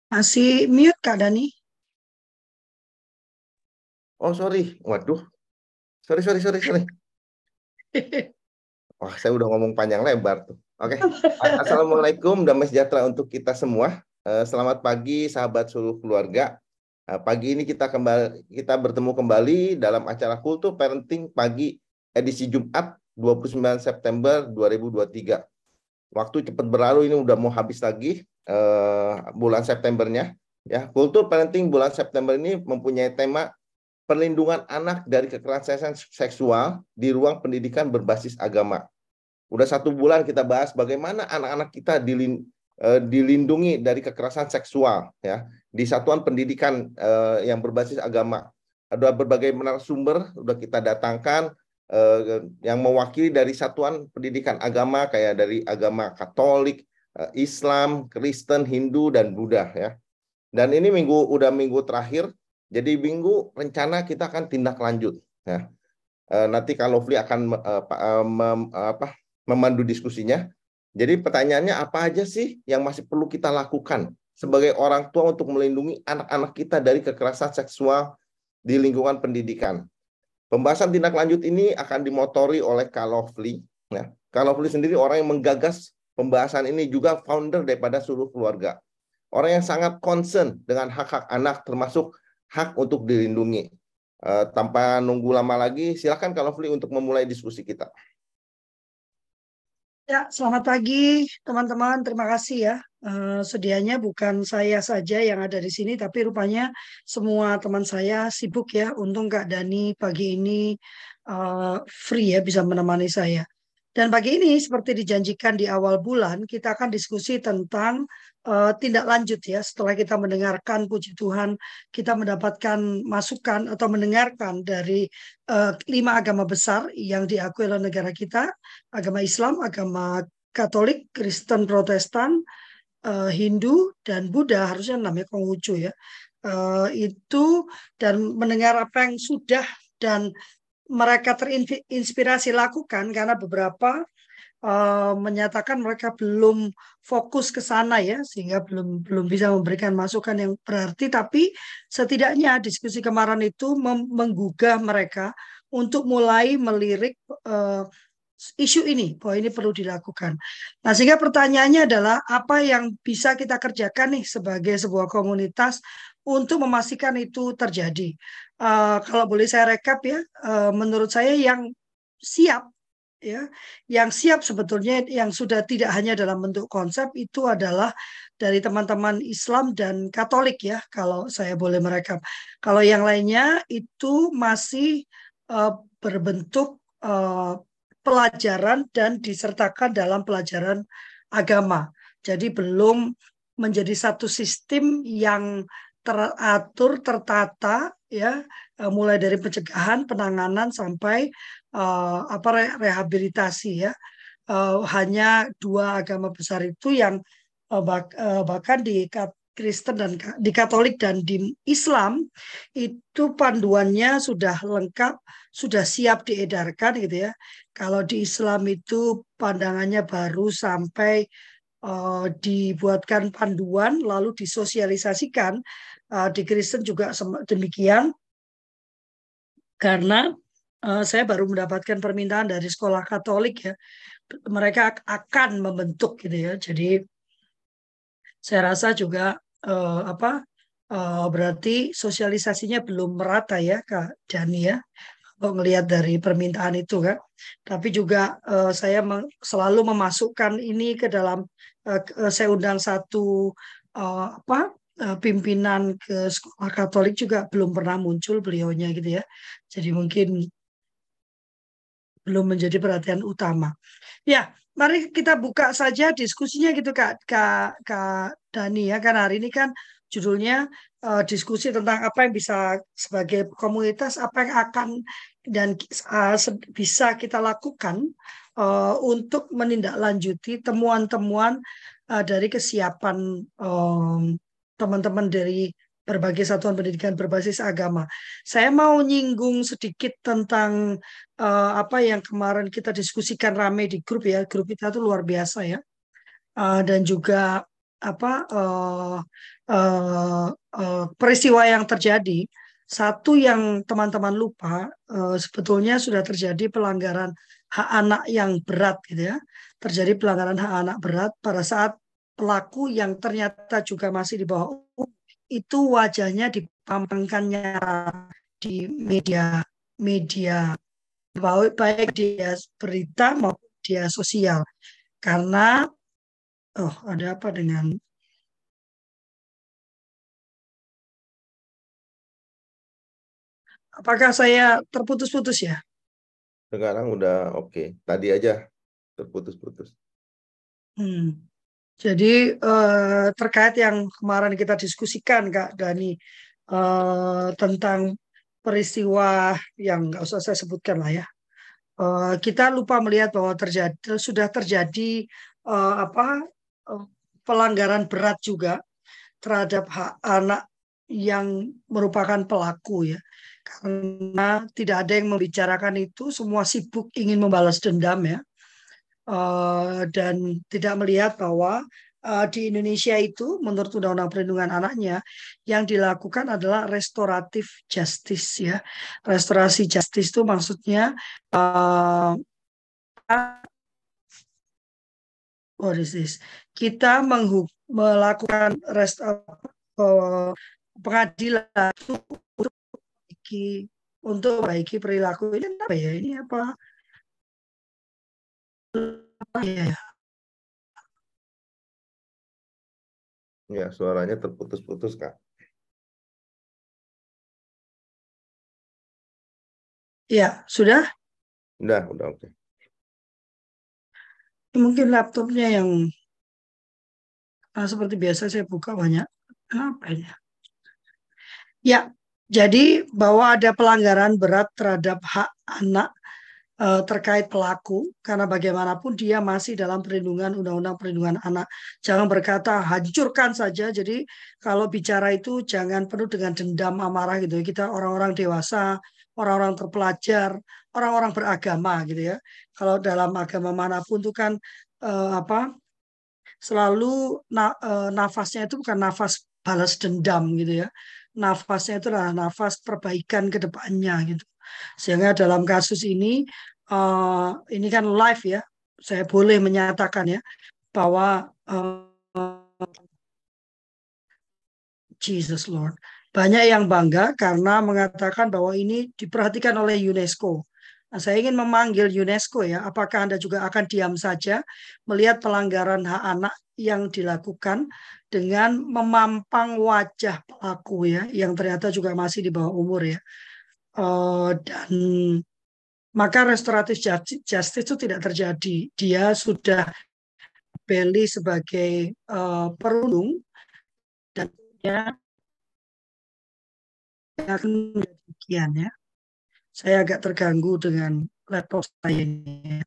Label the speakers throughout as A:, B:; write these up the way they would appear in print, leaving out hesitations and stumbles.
A: Masih mute Kak Dani.
B: Oh, sorry. Waduh. Sorry, sorry, sorry, sorry. Wah, saya udah ngomong panjang lebar tuh. Oke. Assalamualaikum, damai sejahtera untuk kita semua. Selamat pagi, sahabat seluruh keluarga. Pagi ini kita bertemu kembali dalam acara Kultur Parenting Pagi edisi Jumat 29 September 2023. Waktu cepat berlalu, ini udah mau habis lagi bulan Septembernya. Ya, Kultur Parenting bulan September ini mempunyai tema perlindungan anak dari kekerasan seksual di ruang pendidikan berbasis agama. Udah 1 bulan kita bahas bagaimana anak-anak kita dilindungi dari kekerasan seksual ya di satuan pendidikan yang berbasis agama. Ada berbagai narasumber udah kita datangkan yang mewakili dari satuan pendidikan agama kayak dari agama Katolik, Islam, Kristen, Hindu dan Buddha ya. Dan ini udah minggu terakhir. Jadi minggu rencana kita akan tindak lanjut ya. Nanti Kak Lovely akan memandu diskusinya. Jadi pertanyaannya apa aja sih yang masih perlu kita lakukan sebagai orang tua untuk melindungi anak-anak kita dari kekerasan seksual di lingkungan pendidikan. Pembahasan tindak lanjut ini akan dimotori oleh Kak Lovely. Ya. Kak Lovely sendiri orang yang menggagas pembahasan ini, juga founder daripada seluruh keluarga. Orang yang sangat concern dengan hak-hak anak, termasuk hak untuk dilindungi. Tanpa nunggu lama lagi, silakan Kak Lovely untuk memulai diskusi kita.
A: Ya, selamat pagi teman-teman. Terima kasih ya. Sedianya bukan saya saja yang ada di sini, tapi rupanya semua teman saya sibuk ya. Untung Kak Dani pagi ini free ya, bisa menemani saya. Dan pagi ini seperti dijanjikan di awal bulan, kita akan diskusi tentang tindak lanjut ya. Setelah kita mendengarkan puji Tuhan, kita mendapatkan masukan atau mendengarkan dari 5 agama besar yang diakui oleh negara kita, agama Islam, agama Katolik, Kristen, Protestan, Hindu, dan Buddha, harusnya namanya Konghucu ya. Itu dan mendengar apa yang sudah dan mereka terinspirasi lakukan, karena beberapa menyatakan mereka belum fokus ke sana ya, sehingga belum belum bisa memberikan masukan yang berarti, tapi setidaknya diskusi kemarin itu menggugah mereka untuk mulai melirik eh, isu ini, bahwa ini perlu dilakukan. Nah, sehingga pertanyaannya adalah apa yang bisa kita kerjakan nih sebagai sebuah komunitas untuk memastikan itu terjadi. Kalau boleh saya rekap ya, menurut saya yang siap ya, yang siap sebetulnya yang sudah tidak hanya dalam bentuk konsep itu adalah dari teman-teman Islam dan Katolik ya, kalau saya boleh merekap. Kalau yang lainnya itu masih berbentuk pelajaran dan disertakan dalam pelajaran agama. Jadi belum menjadi satu sistem yang teratur, tertata ya, mulai dari pencegahan, penanganan sampai rehabilitasi ya. Hanya 2 agama besar itu yang bahkan di Kristen dan di Katolik dan di Islam itu panduannya sudah lengkap, sudah siap diedarkan gitu ya. Kalau di Islam itu pandangannya baru sampai dibuatkan panduan lalu disosialisasikan. Di Kristen juga demikian, karena saya baru mendapatkan permintaan dari sekolah Katolik ya, mereka akan membentuk gitu ya. Jadi saya rasa juga berarti sosialisasinya belum merata ya Kak Dani ya, kalau ngelihat dari permintaan itu kan. Tapi juga saya selalu memasukkan ini ke dalam, saya undang satu pimpinan ke sekolah Katolik, juga belum pernah muncul beliaunya gitu ya. Jadi mungkin belum menjadi perhatian utama. Ya, mari kita buka saja diskusinya gitu Kak Dani ya. Kan hari ini kan judulnya diskusi tentang apa yang bisa sebagai komunitas, apa yang akan dan bisa kita lakukan untuk menindaklanjuti temuan-temuan dari kesiapan teman-teman dari berbagai satuan pendidikan berbasis agama. Saya mau nyinggung sedikit tentang apa yang kemarin kita diskusikan rame di grup ya. Grup kita tuh luar biasa ya. Dan juga peristiwa yang terjadi. Satu yang teman-teman lupa, sebetulnya sudah terjadi pelanggaran hak anak yang berat gitu ya. Terjadi pelanggaran hak anak berat pada saat pelaku yang ternyata juga masih di bawah umur itu wajahnya dipampangkannya di media media baik dia berita maupun media sosial. Karena ada apa dengan apakah saya terputus-putus ya?
B: Sekarang udah oke. Tadi aja terputus-putus.
A: Jadi terkait yang kemarin kita diskusikan Kak Dani tentang peristiwa yang nggak usah saya sebutkan lah ya. Kita lupa melihat bahwa sudah terjadi apa eh, pelanggaran berat juga terhadap hak anak yang merupakan pelaku ya. Karena tidak ada yang membicarakan itu, semua sibuk ingin membalas dendam ya. Dan tidak melihat bahwa di Indonesia itu menurut Undang-Undang Perlindungan Anaknya yang dilakukan adalah restoratif justice ya. Restorasi justice itu maksudnya what is this? Kita melakukan pengadilan itu untuk memperbaiki perilaku ini apa ya? Ini apa ya?
B: Ya, suaranya terputus-putus, Kak.
A: Ya, sudah.
B: Udah oke.
A: Mungkin laptopnya yang seperti biasa saya buka banyak apa ya? Ya, jadi bahwa ada pelanggaran berat terhadap hak anak terkait pelaku karena bagaimanapun dia masih dalam perlindungan Undang-Undang Perlindungan Anak. Jangan berkata hancurkan saja. Jadi kalau bicara itu jangan penuh dengan dendam amarah gitu. Kita orang-orang dewasa, orang-orang terpelajar, orang-orang beragama gitu ya. Kalau dalam agama manapun itu kan apa selalu nafasnya itu bukan nafas balas dendam gitu ya. Nafasnya itu adalah nafas perbaikan ke depannya gitu. Sehingga dalam kasus ini kan live ya, saya boleh menyatakan ya bahwa Jesus Lord banyak yang bangga karena mengatakan bahwa ini diperhatikan oleh UNESCO. Nah, saya ingin memanggil UNESCO ya, apakah Anda juga akan diam saja melihat pelanggaran hak anak yang dilakukan dengan memampang wajah pelaku ya, yang ternyata juga masih di bawah umur ya. Dan maka restoratif justice itu tidak terjadi. Dia sudah beli sebagai perundung dan dia akan menjadi demikian ya. Saya agak terganggu dengan laptop saya ini.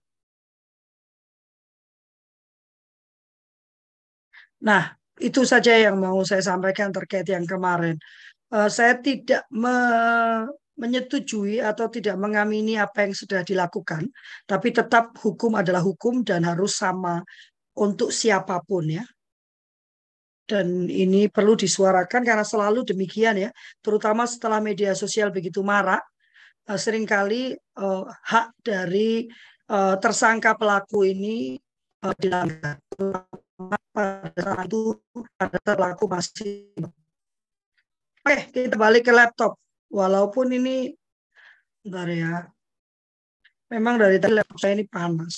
A: Nah, itu saja yang mau saya sampaikan terkait yang kemarin. Saya tidak menyetujui atau tidak mengamini apa yang sudah dilakukan, tapi tetap hukum adalah hukum dan harus sama untuk siapapun ya. Dan ini perlu disuarakan karena selalu demikian ya, terutama setelah media sosial begitu marak, seringkali hak dari tersangka pelaku ini dilanggar. Pada saat itu pada pelaku masih. Oke, kita balik ke laptop. Walaupun ini, bentar ya, memang dari tadi laptop saya ini panas.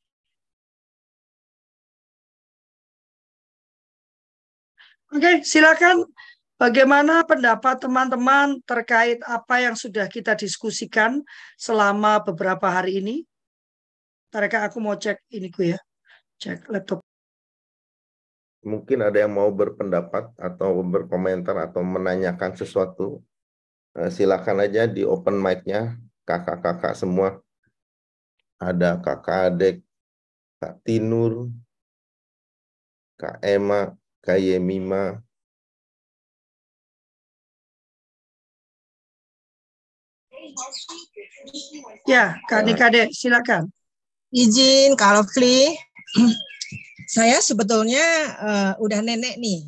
A: Oke, silakan. Bagaimana pendapat teman-teman terkait apa yang sudah kita diskusikan selama beberapa hari ini? Mereka aku mau cek ini ya, cek laptop.
B: Mungkin ada yang mau berpendapat atau berkomentar atau menanyakan sesuatu. Silakan aja di open mic-nya, kakak-kakak semua. Ada kakak adik, Kak Tinur, Kak Emma, Kak Yemima.
A: Ya, Kak Nikade, silakan.
C: Izin Kak Lovely. Saya sebetulnya udah nenek nih.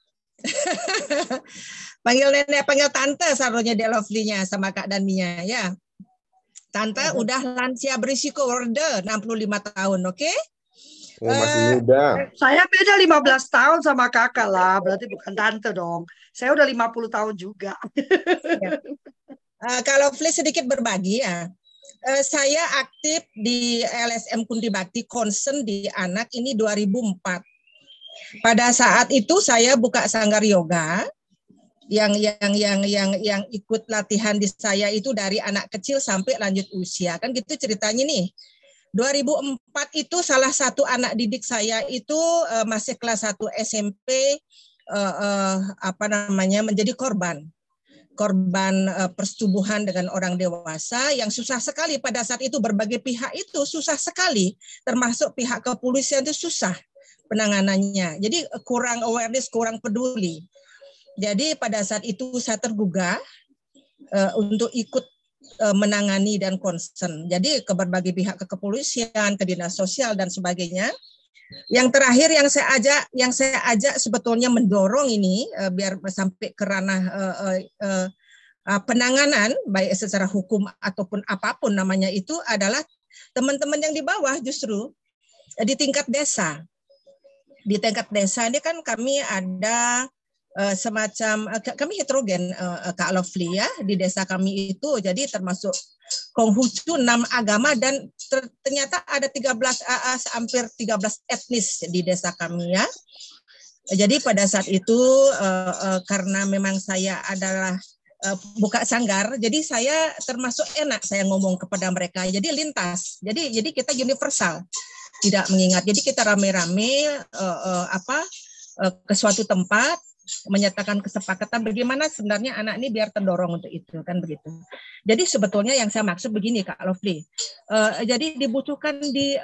C: Panggil nenek, panggil tante seharusnya dia Lovely-nya sama Kak Dania ya. Tante udah lansia berisiko order 65 tahun, oke?
B: Oh, masih muda.
A: Saya beda 15 tahun sama kakak lah, berarti bukan tante dong. Saya udah 50 tahun juga.
C: Ya. Kalau Lovely sedikit berbagi ya. Saya aktif di LSM Kunti Bakti concern di anak ini 2004. Pada saat itu saya buka sanggar yoga yang ikut latihan di saya itu dari anak kecil sampai lanjut usia. Kan gitu ceritanya nih. 2004 itu salah satu anak didik saya itu masih kelas 1 SMP menjadi korban persetubuhan dengan orang dewasa yang susah sekali pada saat itu. Berbagai pihak itu susah sekali, termasuk pihak kepolisian itu susah penanganannya. Jadi kurang awareness, kurang peduli. Jadi pada saat itu saya tergugah untuk ikut menangani dan concern. Jadi ke berbagai pihak, ke kepolisian, ke dinas sosial dan sebagainya. Yang terakhir yang saya ajak sebetulnya mendorong ini biar sampai ke ranah penanganan baik secara hukum ataupun apapun namanya itu adalah teman-teman yang di bawah justru di tingkat desa. Di tingkat desa ini kan kami ada semacam kami heterogen Kak Lovely ya di desa kami itu, jadi termasuk Konghucu 6 agama dan ternyata ada 13 hampir 13 etnis di desa kami ya. Jadi pada saat itu karena memang saya adalah buka sanggar, jadi saya termasuk enak saya ngomong kepada mereka. Jadi lintas. Jadi kita universal. Tidak mengingat. Jadi kita rame-rame ke suatu tempat menyatakan kesepakatan bagaimana sebenarnya anak ini biar terdorong untuk itu kan begitu. Jadi sebetulnya yang saya maksud begini Kak Lovely. Jadi dibutuhkan di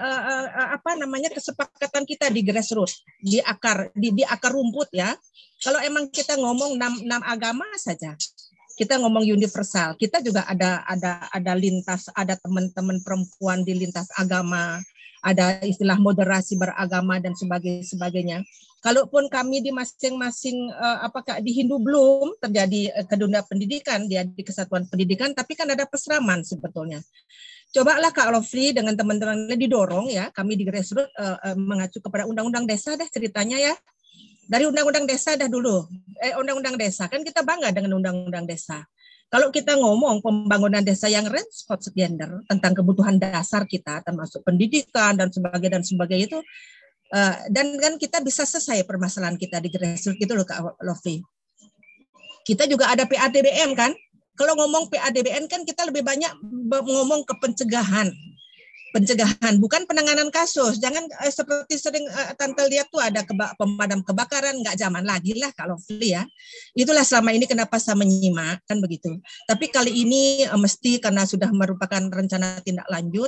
C: kesepakatan kita di grassroots, di akar rumput ya. Kalau emang kita ngomong 6 agama saja, kita ngomong universal. Kita juga ada lintas, ada teman-teman perempuan di lintas agama, ada istilah moderasi beragama dan sebagainya. Kalaupun kami di masing-masing di Hindu belum terjadi ke dunia pendidikan, dia di kesatuan pendidikan, tapi kan ada pesraman sebetulnya. Cobalah Kak Lovely dengan teman-teman didorong ya, kami di grassroots mengacu kepada undang-undang desa dah ceritanya ya. Dari undang-undang desa dah dulu. Undang-undang desa kan kita bangga dengan undang-undang desa. Kalau kita ngomong pembangunan desa yang respons gender tentang kebutuhan dasar kita, termasuk pendidikan dan sebagainya itu, dan kan kita bisa selesai permasalahan kita di grassroots gitu loh Kak Lovely. Kita juga ada PADBM kan. Kalau ngomong PADBM kan kita lebih banyak ngomong ke pencegahan, bukan penanganan kasus. Jangan seperti sering Tante lihat tuh ada pemadam kebakaran, nggak zaman lagi lah Kak Lovely ya. Itulah selama ini kenapa saya menyimak kan begitu. Tapi kali ini mesti karena sudah merupakan rencana tindak lanjut,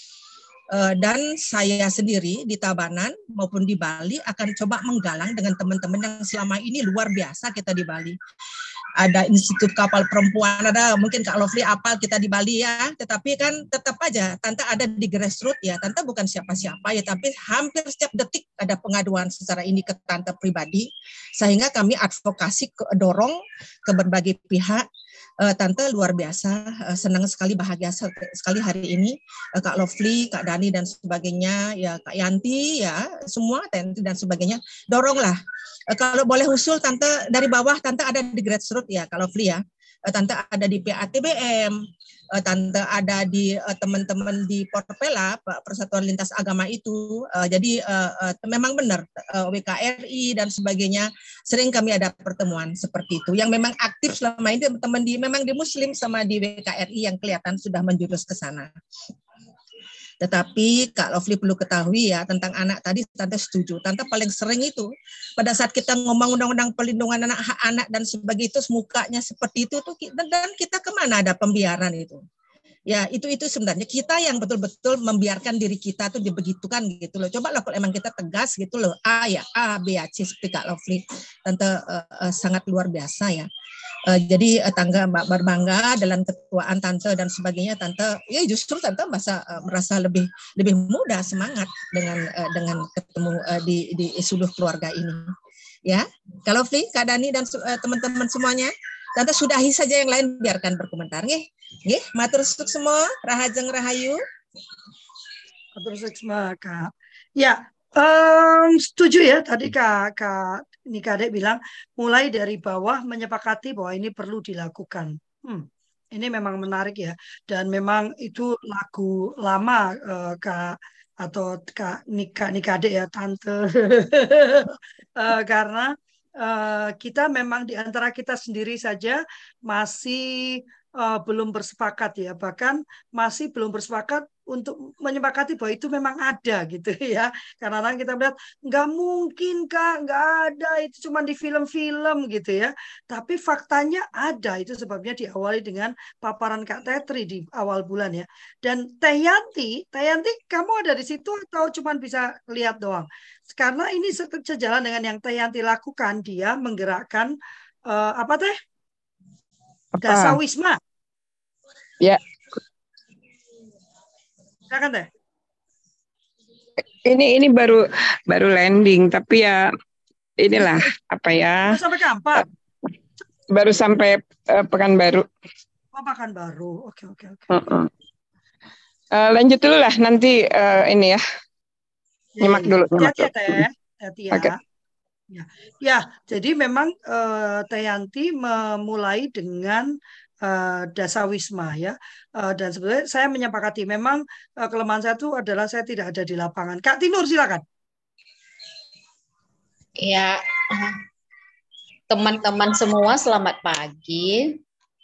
C: dan saya sendiri di Tabanan maupun di Bali akan coba menggalang dengan teman-teman yang selama ini luar biasa kita di Bali. Ada Institut Kapal Perempuan, ada mungkin Kak Lovely apal kita di Bali ya, tetapi kan tetap aja Tante ada di grassroots ya, Tante bukan siapa-siapa ya, tapi hampir setiap detik ada pengaduan secara ini ke Tante pribadi, sehingga kami advokasi dorong ke berbagai pihak. Tante luar biasa, senang sekali, bahagia sekali hari ini Kak Lovely, Kak Dani dan sebagainya, ya Kak Yanti ya, semua Tante dan sebagainya, doronglah. Kalau boleh usul Tante dari bawah, Tante ada di grassroots ya Kak Lovely ya. Tante ada di PATBM, Tante ada di teman-teman di Porpela, Persatuan Lintas Agama itu. Jadi memang benar WKRI dan sebagainya, sering kami ada pertemuan seperti itu. Yang memang aktif selama ini teman-teman memang di Muslim sama di WKRI yang kelihatan sudah menjurus ke sana. Tetapi Kak Lovely perlu ketahui ya tentang anak tadi, Tante setuju. Tante paling sering itu pada saat kita ngomong undang-undang perlindungan anak, hak anak dan sebagainya itu mukanya seperti itu tuh, dan kita kemana ada pembiaran itu. Ya itu sebenarnya kita yang betul-betul membiarkan diri kita tuh dibegitukan gitu loh. Coba lah kalau emang kita tegas gitu loh, A ya A, B ya C seperti Kak Lovely. Tante sangat luar biasa ya. Jadi tangga berbangga dalam ketuaan tante dan sebagainya. Tante, ya justru tante merasa lebih mudah semangat dengan ketemu di suluh keluarga ini. Ya, kalau Fli, Kak Dani dan teman-teman semuanya, tante sudahi saja, yang lain biarkan berkomentar. Nggih, matur suwun semua, rahajeng rahayu.
A: Matur suwun, Kak. Ya, setuju ya tadi Kak Nikadek bilang mulai dari bawah menyepakati bahwa ini perlu dilakukan. Ini memang menarik ya, dan memang itu lagu lama Kak atau Kak Nikadek ya tante. Karena kita memang di antara kita sendiri saja masih belum bersepakat ya, bahkan masih belum bersepakat untuk menyepakati bahwa itu memang ada gitu ya. Karena kita melihat nggak mungkin Kak, nggak ada, itu cuma di film-film gitu ya. Tapi faktanya ada, itu sebabnya diawali dengan paparan Kak Tetri di awal bulan ya. Dan Teh Yanti, kamu ada di situ atau cuma bisa lihat doang? Karena ini sejalan dengan yang Teh Yanti lakukan, dia menggerakkan apa Teh? Dasawisma.
D: Ya.
A: Silakan Teh.
D: Ini baru landing, tapi ya inilah apa ya?
A: Baru sampai kapan?
D: Baru sampai Pekanbaru.
A: Oh, Pekanbaru. Oke.
D: Lanjut dulu lah nanti ini ya. Nyimak dulu.
A: Hati-hati ya Teh. Hati ya.
D: Okay.
A: Ya, jadi memang Teh Yanti memulai dengan dasawisma ya, dan sebenarnya saya menyepakati memang kelemahan saya itu adalah saya tidak ada di lapangan. Kak Tinur silakan.
E: Ya, teman-teman semua selamat pagi.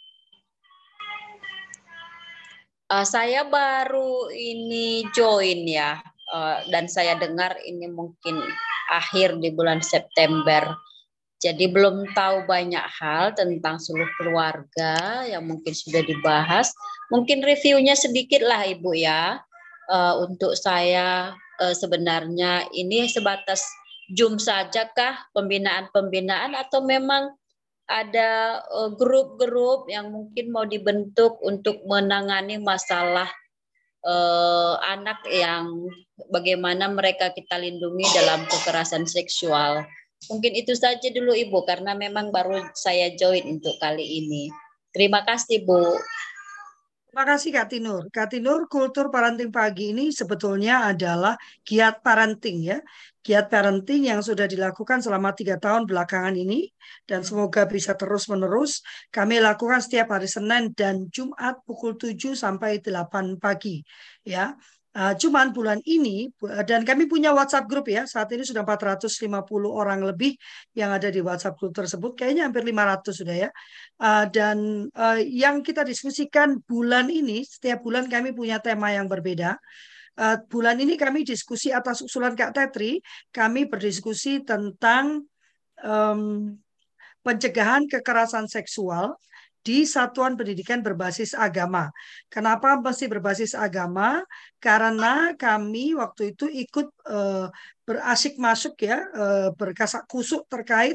E: Saya baru ini join ya, dan saya dengar ini mungkin akhir di bulan September. Jadi belum tahu banyak hal tentang suluh keluarga yang mungkin sudah dibahas. Mungkin reviewnya sedikit lah Ibu ya. Untuk saya sebenarnya ini sebatas Zoom saja kah pembinaan-pembinaan, atau memang ada grup-grup yang mungkin mau dibentuk untuk menangani masalah anak yang bagaimana mereka kita lindungi dalam kekerasan seksual. Mungkin itu saja dulu Ibu, karena memang baru saya join untuk kali ini. Terima kasih Bu.
A: Terima kasih Kak Tinur. Kak Tinur, kultur parenting pagi ini sebetulnya adalah giat parenting ya. Giat parenting yang sudah dilakukan selama 3 tahun belakangan ini, dan semoga bisa terus-menerus. Kami lakukan setiap hari Senin dan Jumat pukul 7 sampai 8 pagi ya. Cuman bulan ini, dan kami punya WhatsApp grup ya, saat ini sudah 450 orang lebih yang ada di WhatsApp grup tersebut, kayaknya hampir 500 sudah ya. Dan yang kita diskusikan bulan ini, setiap bulan kami punya tema yang berbeda. Bulan ini kami diskusi atas usulan Kak Tetri, kami berdiskusi tentang pencegahan kekerasan seksual di satuan pendidikan berbasis agama. Kenapa mesti berbasis agama? Karena kami waktu itu ikut berasik masuk ya, berkasak kusuk terkait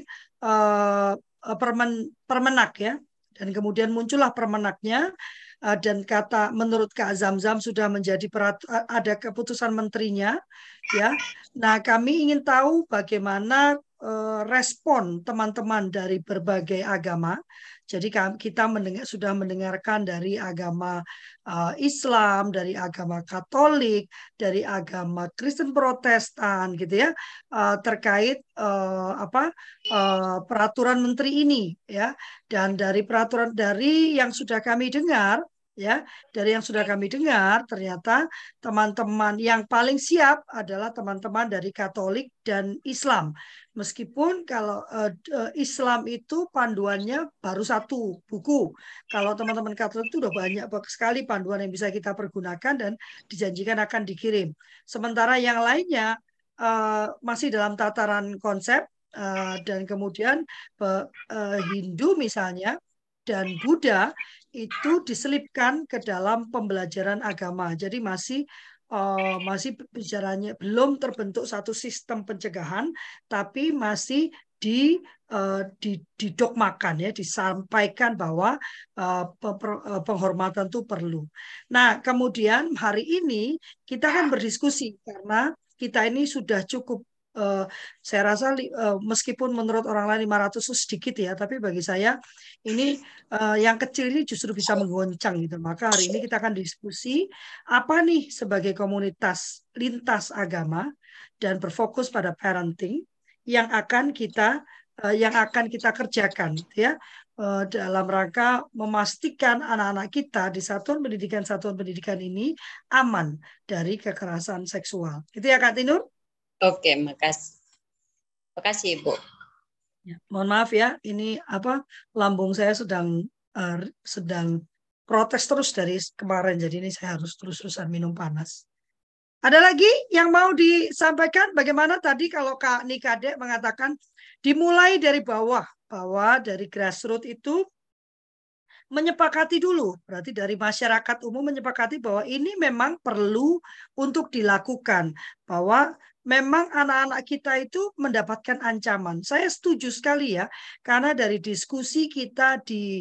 A: permenak ya, dan kemudian muncullah permenaknya, dan kata menurut Kak Zamzam sudah menjadi ada keputusan menterinya ya. Nah, kami ingin tahu bagaimana respon teman-teman dari berbagai agama. Jadi kita sudah mendengarkan dari agama Islam, dari agama Katolik, dari agama Kristen Protestan, gitu ya, terkait peraturan menteri ini, ya. Dan dari peraturan yang sudah kami dengar, ya, ternyata teman-teman yang paling siap adalah teman-teman dari Katolik dan Islam. Meskipun kalau Islam itu panduannya baru 1 buku. Kalau teman-teman Katolik itu udah banyak sekali panduan yang bisa kita pergunakan dan dijanjikan akan dikirim. Sementara yang lainnya masih dalam tataran konsep, dan kemudian Hindu misalnya dan Buddha itu diselipkan ke dalam pembelajaran agama. Jadi masih bicaranya belum terbentuk satu sistem pencegahan, tapi masih didogmakan ya, disampaikan bahwa penghormatan itu perlu. Nah, kemudian hari ini kita kan berdiskusi karena kita ini sudah cukup, saya rasa meskipun menurut orang lain 500 itu sedikit ya, tapi bagi saya ini yang kecil ini justru bisa menggoncang gitu. Maka hari ini kita akan diskusi apa nih sebagai komunitas lintas agama dan berfokus pada parenting yang akan kita kerjakan ya, dalam rangka memastikan anak-anak kita di satuan pendidikan ini aman dari kekerasan seksual. Itu ya Kak Tinur?
E: Oke, makasih. Makasih Ibu.
A: Ya, mohon maaf ya, ini lambung saya sedang protes terus dari kemarin, jadi ini saya harus terus-terusan minum panas. Ada lagi yang mau disampaikan? Bagaimana tadi kalau Kak Nikade mengatakan dimulai dari bawah, bahwa dari grassroots itu menyepakati dulu, berarti dari masyarakat umum menyepakati bahwa ini memang perlu untuk dilakukan, bahwa memang anak-anak kita itu mendapatkan ancaman. Saya setuju sekali ya, karena dari diskusi kita di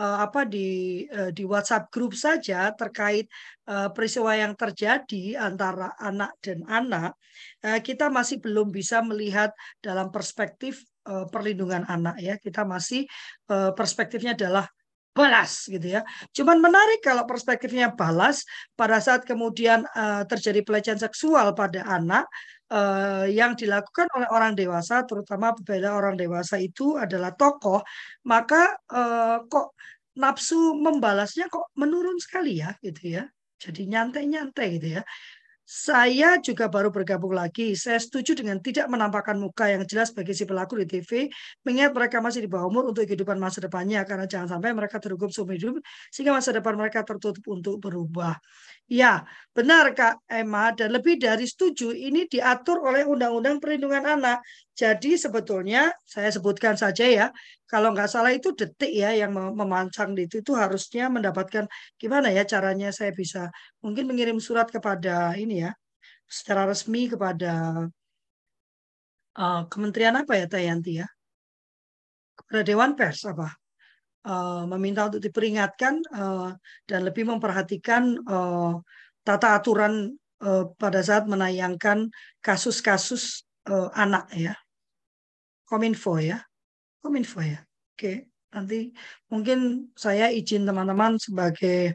A: WhatsApp group saja terkait peristiwa yang terjadi antara anak dan anak, kita masih belum bisa melihat dalam perspektif perlindungan anak ya. Kita masih perspektifnya adalah balas gitu ya. Cuman menarik kalau perspektifnya balas pada saat kemudian terjadi pelecehan seksual pada anak yang dilakukan oleh orang dewasa, terutama apabila orang dewasa itu adalah tokoh, maka kok nafsu membalasnya kok menurun sekali ya gitu ya. Jadi nyantai-nyantai gitu ya. Saya juga baru bergabung lagi. Saya setuju dengan tidak menampakkan muka yang jelas bagi si pelaku di TV, mengingat mereka masih di bawah umur untuk kehidupan masa depannya, karena jangan sampai mereka terhukum seumur hidup sehingga masa depan mereka tertutup untuk berubah. Ya, benar Kak Emma, dan lebih dari setuju, ini diatur oleh Undang-Undang Perlindungan Anak. Jadi sebetulnya saya sebutkan saja ya, kalau nggak salah itu Detik ya yang memancang itu harusnya mendapatkan, gimana ya caranya saya bisa mungkin mengirim surat kepada ini ya, secara resmi kepada Kementerian apa ya Tayanti ya, kepada Dewan Pers apa, meminta untuk diperingatkan dan lebih memperhatikan tata aturan pada saat menayangkan kasus-kasus anak ya. Kominfo ya. Oke, nanti mungkin saya izin teman-teman sebagai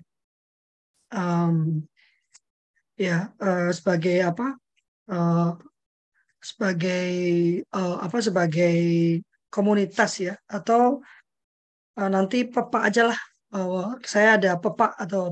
A: sebagai sebagai komunitas ya, atau nanti Pepak aja lah. Saya ada Pepak atau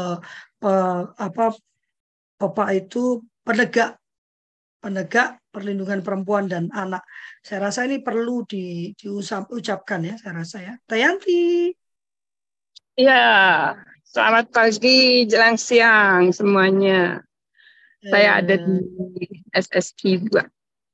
A: Pepak itu penegak perlindungan perempuan dan anak. Saya rasa ini perlu diucapkan ya, saya rasa ya. Tayanti.
D: Ya, selamat pagi, jelang siang semuanya. Saya ada di SSP 2.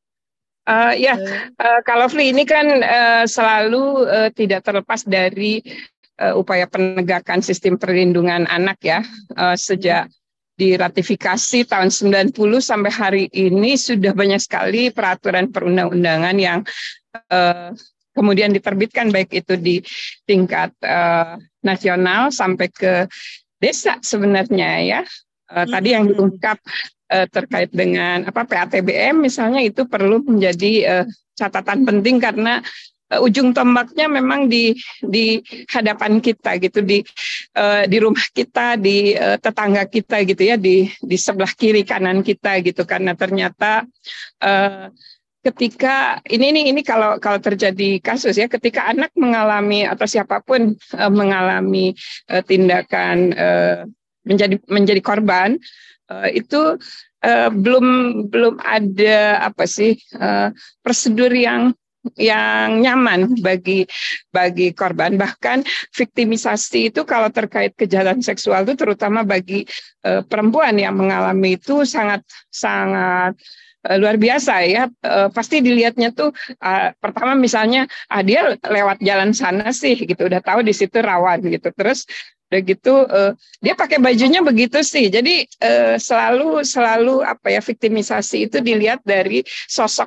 D: Kalau Fli ini kan selalu tidak terlepas dari upaya penegakan sistem perlindungan anak ya. Sejak diratifikasi tahun 90 sampai hari ini sudah banyak sekali peraturan perundang-undangan yang kemudian diterbitkan, baik itu di tingkat nasional sampai ke desa sebenarnya ya. Tadi yang diungkap terkait dengan PATBM misalnya, itu perlu menjadi catatan penting karena ujung tombaknya memang di hadapan kita gitu, di rumah kita, di tetangga kita gitu ya, di sebelah kiri kanan kita gitu, karena ternyata ketika ini kalau terjadi kasus ya, ketika anak mengalami atau siapapun mengalami tindakan menjadi korban, itu belum ada prosedur yang nyaman bagi korban. Bahkan viktimisasi itu kalau terkait kejahatan seksual itu terutama bagi perempuan yang mengalami itu sangat luar biasa ya. Pasti dilihatnya tuh pertama misalnya dia lewat jalan sana sih gitu, udah tahu di situ rawan gitu, terus udah gitu dia pakai bajunya begitu sih. Jadi selalu viktimisasi itu dilihat dari sosok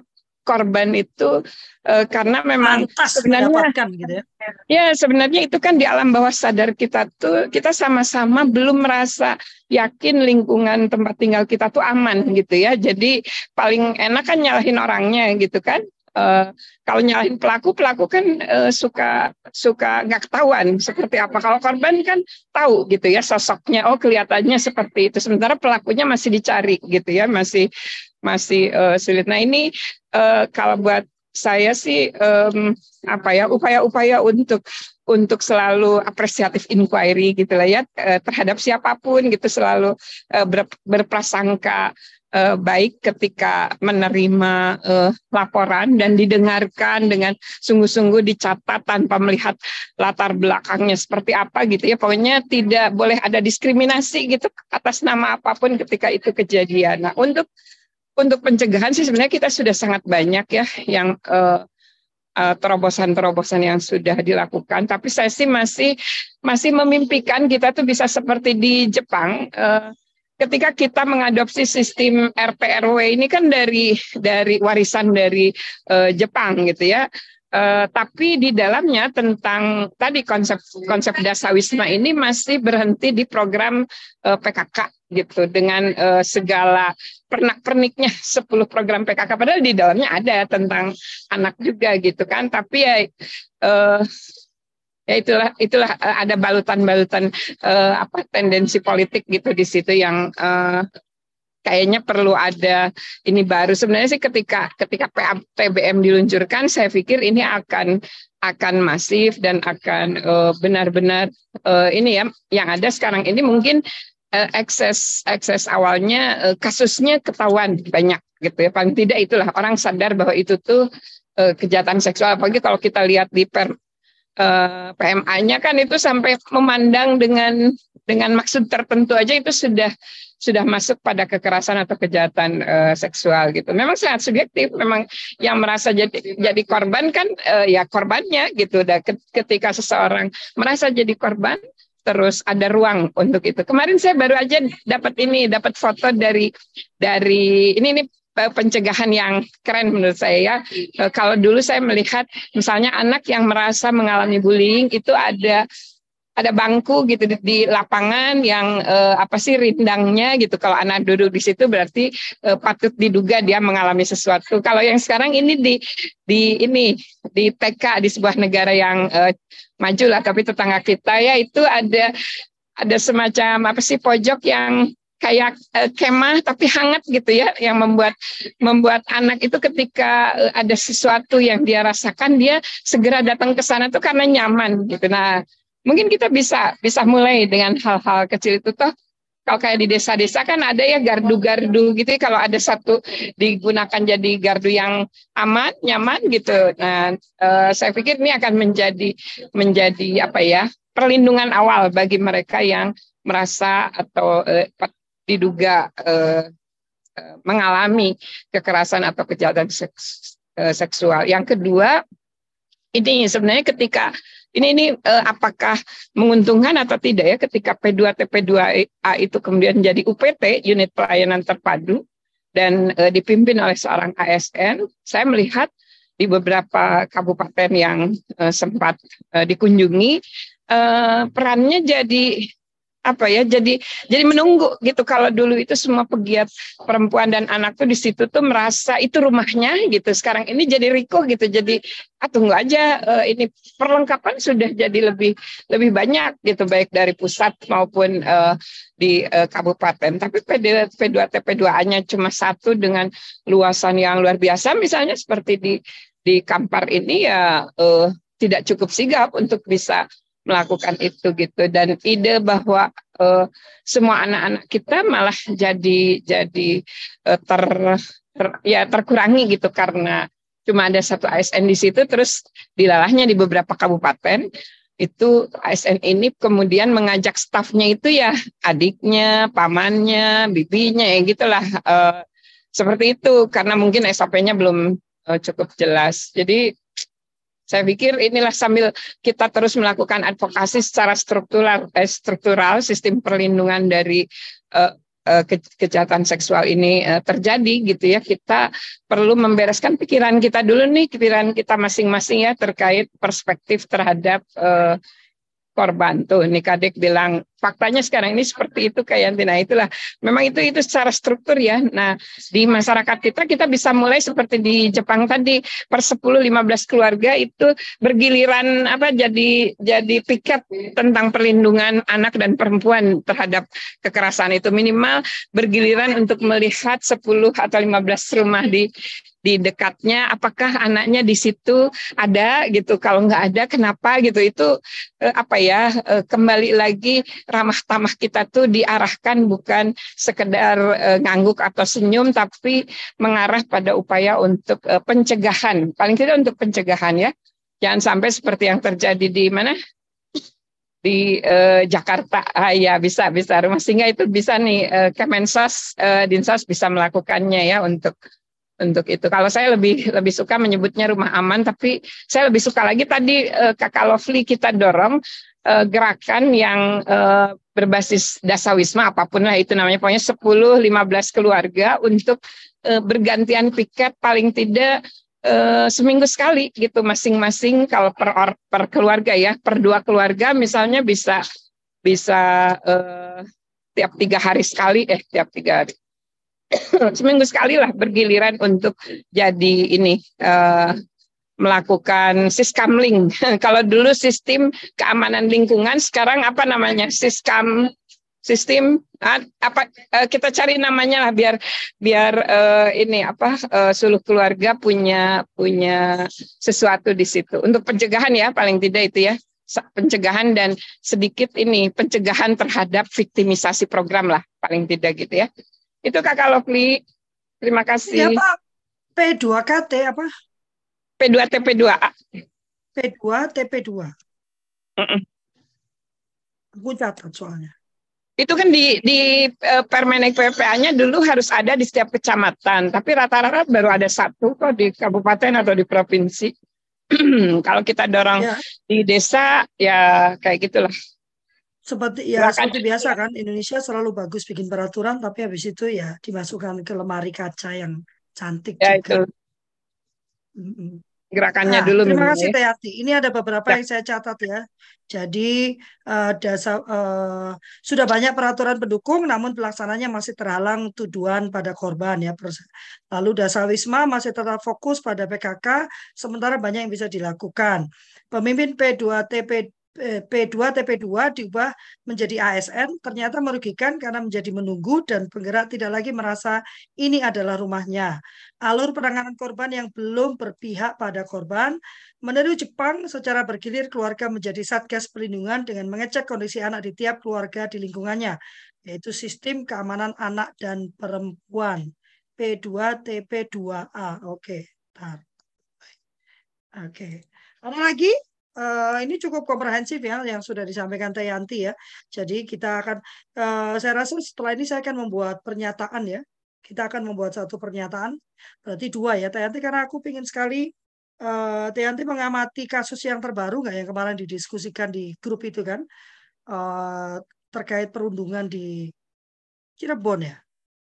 D: korban itu karena memang
A: Pantas
D: sebenarnya
A: mendapatkan gitu ya.
D: ya sebenarnya itu kan di alam bawah sadar kita tuh kita sama-sama belum merasa yakin lingkungan tempat tinggal kita tuh aman gitu ya. Jadi paling enak kan nyalahin orangnya gitu kan. Kalau nyalahin pelaku kan suka nggak ketahuan seperti apa. Kalau korban kan tahu gitu ya sosoknya. Oh kelihatannya seperti itu. Sementara pelakunya masih dicari gitu ya, masih sulit. Nah ini kalau buat saya sih upaya-upaya untuk selalu apresiatif inquiry gitu lah ya terhadap siapapun gitu, selalu berprasangka baik ketika menerima laporan dan didengarkan dengan sungguh-sungguh, dicatat tanpa melihat latar belakangnya seperti apa gitu ya. Pokoknya tidak boleh ada diskriminasi gitu atas nama apapun ketika itu kejadian. Nah, untuk pencegahan sih sebenarnya kita sudah sangat banyak ya yang terobosan-terobosan yang sudah dilakukan. Tapi saya sih masih memimpikan kita tuh bisa seperti di Jepang. Ketika kita mengadopsi sistem RT/RW ini kan dari warisan dari Jepang gitu ya. Tapi di dalamnya tentang tadi konsep dasawisma ini masih berhenti di program PKK gitu dengan segala pernak-perniknya 10 program PKK, padahal di dalamnya ada tentang anak juga gitu kan. Tapi ya itulah ada balutan-balutan tendensi politik gitu di situ yang kayaknya perlu ada ini baru. Sebenarnya sih ketika PBM diluncurkan, saya pikir ini akan masif dan akan benar-benar ini ya yang ada sekarang ini mungkin akses awalnya kasusnya ketahuan banyak gitu ya. Paling tidak itulah orang sadar bahwa itu tuh kejahatan seksual. Apalagi kalau kita lihat di PMA-nya kan itu sampai memandang dengan maksud tertentu aja itu sudah masuk pada kekerasan atau kejahatan seksual gitu. Memang sangat subjektif. Memang yang merasa jadi korban kan ya korbannya gitu. Dan ketika seseorang merasa jadi korban, terus ada ruang untuk itu. Kemarin saya baru aja dapat foto dari ini pencegahan yang keren menurut saya ya. Kalau dulu saya melihat misalnya anak yang merasa mengalami bullying itu ada bangku gitu di lapangan yang rindangnya gitu. Kalau anak duduk di situ berarti patut diduga dia mengalami sesuatu. Kalau yang sekarang ini di TK di sebuah negara yang maju lah, tapi tetangga kita ya itu ada semacam pojok yang kayak kemah tapi hangat gitu ya, yang membuat anak itu ketika ada sesuatu yang dia rasakan dia segera datang ke sana tuh karena nyaman gitu. Nah, mungkin kita bisa mulai dengan hal-hal kecil itu toh. Kalau kayak di desa-desa kan ada ya gardu-gardu gitu ya, kalau ada satu digunakan jadi gardu yang aman, nyaman gitu. Nah, saya pikir ini akan menjadi perlindungan awal bagi mereka yang merasa atau diduga mengalami kekerasan atau kejahatan seksual. Yang kedua, ini sebenarnya ketika ini apakah menguntungkan atau tidak ya ketika P2TP2A itu kemudian jadi UPT, unit pelayanan terpadu, dan dipimpin oleh seorang ASN. Saya melihat di beberapa kabupaten yang sempat dikunjungi, perannya jadi jadi menunggu gitu. Kalau dulu itu semua pegiat perempuan dan anak tuh di situ tuh merasa itu rumahnya gitu. Sekarang ini jadi rikuh gitu. Jadi tunggu aja, ini perlengkapan sudah jadi lebih banyak gitu, baik dari pusat maupun di kabupaten. Tapi P2TP2A-nya cuma satu dengan luasan yang luar biasa. Misalnya seperti di Kampar ini ya tidak cukup sigap untuk bisa melakukan itu gitu. Dan ide bahwa semua anak-anak kita malah jadi terkurangi gitu karena cuma ada satu ASN di situ, terus dilalahnya di beberapa kabupaten itu ASN ini kemudian mengajak stafnya itu ya adiknya, pamannya, bibinya ya gitulah, seperti itu karena mungkin SOP-nya belum cukup jelas. Jadi saya pikir inilah sambil kita terus melakukan advokasi secara struktural sistem perlindungan dari kejahatan seksual ini terjadi gitu ya, kita perlu membereskan pikiran kita dulu nih, pikiran kita masing-masing ya terkait perspektif terhadap korban. Tuh nih Kadek bilang faktanya sekarang ini seperti itu kayak Yanti. Nah itulah memang itu secara struktur ya. Nah di masyarakat kita bisa mulai seperti di Jepang tadi, per 10-15 keluarga itu bergiliran jadi piket tentang perlindungan anak dan perempuan terhadap kekerasan, itu minimal bergiliran untuk melihat 10 atau 15 rumah di dekatnya, apakah anaknya di situ ada gitu, kalau nggak ada kenapa gitu. Itu kembali lagi ramah tamah kita tuh diarahkan bukan sekedar ngangguk atau senyum, tapi mengarah pada upaya untuk pencegahan, paling tidak untuk pencegahan ya, jangan sampai seperti yang terjadi di mana di Jakarta. Ya bisa rumah singgah itu bisa nih, Kemensos, Dinsos bisa melakukannya ya untuk itu. Kalau saya lebih suka menyebutnya rumah aman, tapi saya lebih suka lagi tadi Kakak Lovely kita dorong gerakan yang berbasis dasawisma, apapun lah itu namanya, pokoknya 10-15 keluarga untuk bergantian piket paling tidak seminggu sekali gitu masing-masing. Kalau per keluarga ya, per 2 keluarga misalnya bisa tiap 3 hari sekali, tiap 3 hari. Seminggu sekali lah bergiliran untuk jadi ini melakukan siskamling. Kalau dulu sistem keamanan lingkungan, sekarang apa namanya, sistem kita cari namanya lah biar seluruh keluarga punya sesuatu di situ untuk pencegahan ya, paling tidak itu ya, pencegahan dan sedikit ini pencegahan terhadap viktimisasi program lah paling tidak gitu ya. Itu Kakak Lovely. Terima kasih.
A: Ini apa? P2KT apa?
D: P2TP2A.
A: P2TP2. Aku catat soalnya.
D: Itu kan di Permenek PPA-nya dulu harus ada di setiap kecamatan, tapi rata-rata baru ada 1 kok di kabupaten atau di provinsi. Kalau kita dorong di desa ya kayak gitulah.
A: Seperti biasa kan, Indonesia selalu bagus bikin peraturan, tapi habis itu ya dimasukkan ke lemari kaca yang cantik
D: ya,
A: juga.
D: Itu. Gerakannya dulu.
A: Terima kasih Teh Yati. Ini ada beberapa
D: ya.
A: yang saya catat ya. Jadi sudah banyak peraturan pendukung, namun pelaksananya masih terhalang tuduhan pada korban ya. Lalu Dasawisma masih tetap fokus pada PKK, sementara banyak yang bisa dilakukan. Pemimpin P2TP2 diubah menjadi ASN, ternyata merugikan karena menjadi menunggu dan penggerak tidak lagi merasa ini adalah rumahnya. Alur penanganan korban yang belum berpihak pada korban. Meniru Jepang, secara bergilir keluarga menjadi satgas perlindungan dengan mengecek kondisi anak di tiap keluarga di lingkungannya, yaitu sistem keamanan anak dan perempuan P2TP2A. Oke. Ada lagi? Ini cukup komprehensif ya yang sudah disampaikan Teh Yanti ya. Jadi kita akan, saya rasa setelah ini saya akan membuat pernyataan ya. Kita akan membuat satu pernyataan, berarti 2 ya Teh Yanti, karena aku ingin sekali Teh Yanti mengamati kasus yang terbaru nggak yang kemarin didiskusikan di grup itu kan, terkait perundungan di Cirebon ya,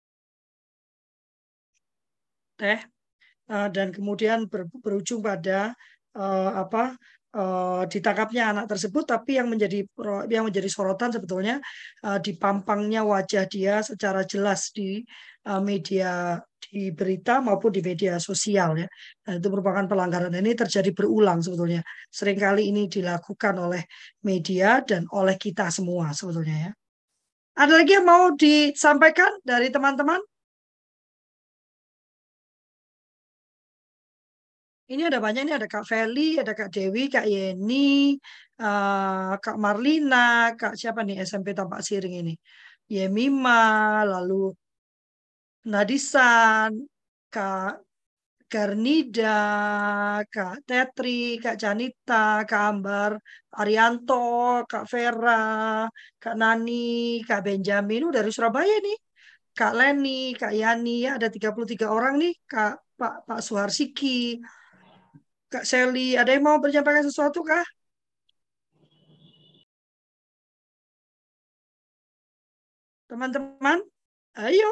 A: Teh, dan kemudian berujung pada ditangkapnya anak tersebut, tapi yang menjadi sorotan sebetulnya dipampangnya wajah dia secara jelas di media, di berita maupun di media sosial ya. Dan itu merupakan pelanggaran. Ini terjadi berulang sebetulnya. Seringkali ini dilakukan oleh media dan oleh kita semua sebetulnya ya. Ada lagi yang mau disampaikan dari teman-teman? Ini ada banyak, ini ada Kak Feli, ada Kak Dewi, Kak Yeni, Kak Marlina, Kak siapa nih SMP Tampak Siring ini? Yemima, lalu Nadisan, Kak Garnida, Kak Tetri, Kak Janita, Kak Ambar, Arianto, Kak Vera, Kak Nani, Kak Benjamin, dari Surabaya nih. Kak Leni, Kak Yani, ya ada 33 orang nih, Pak Suharsiki, Kak Sally, ada yang mau menyampaikan sesuatu kah? Teman-teman? Ayo,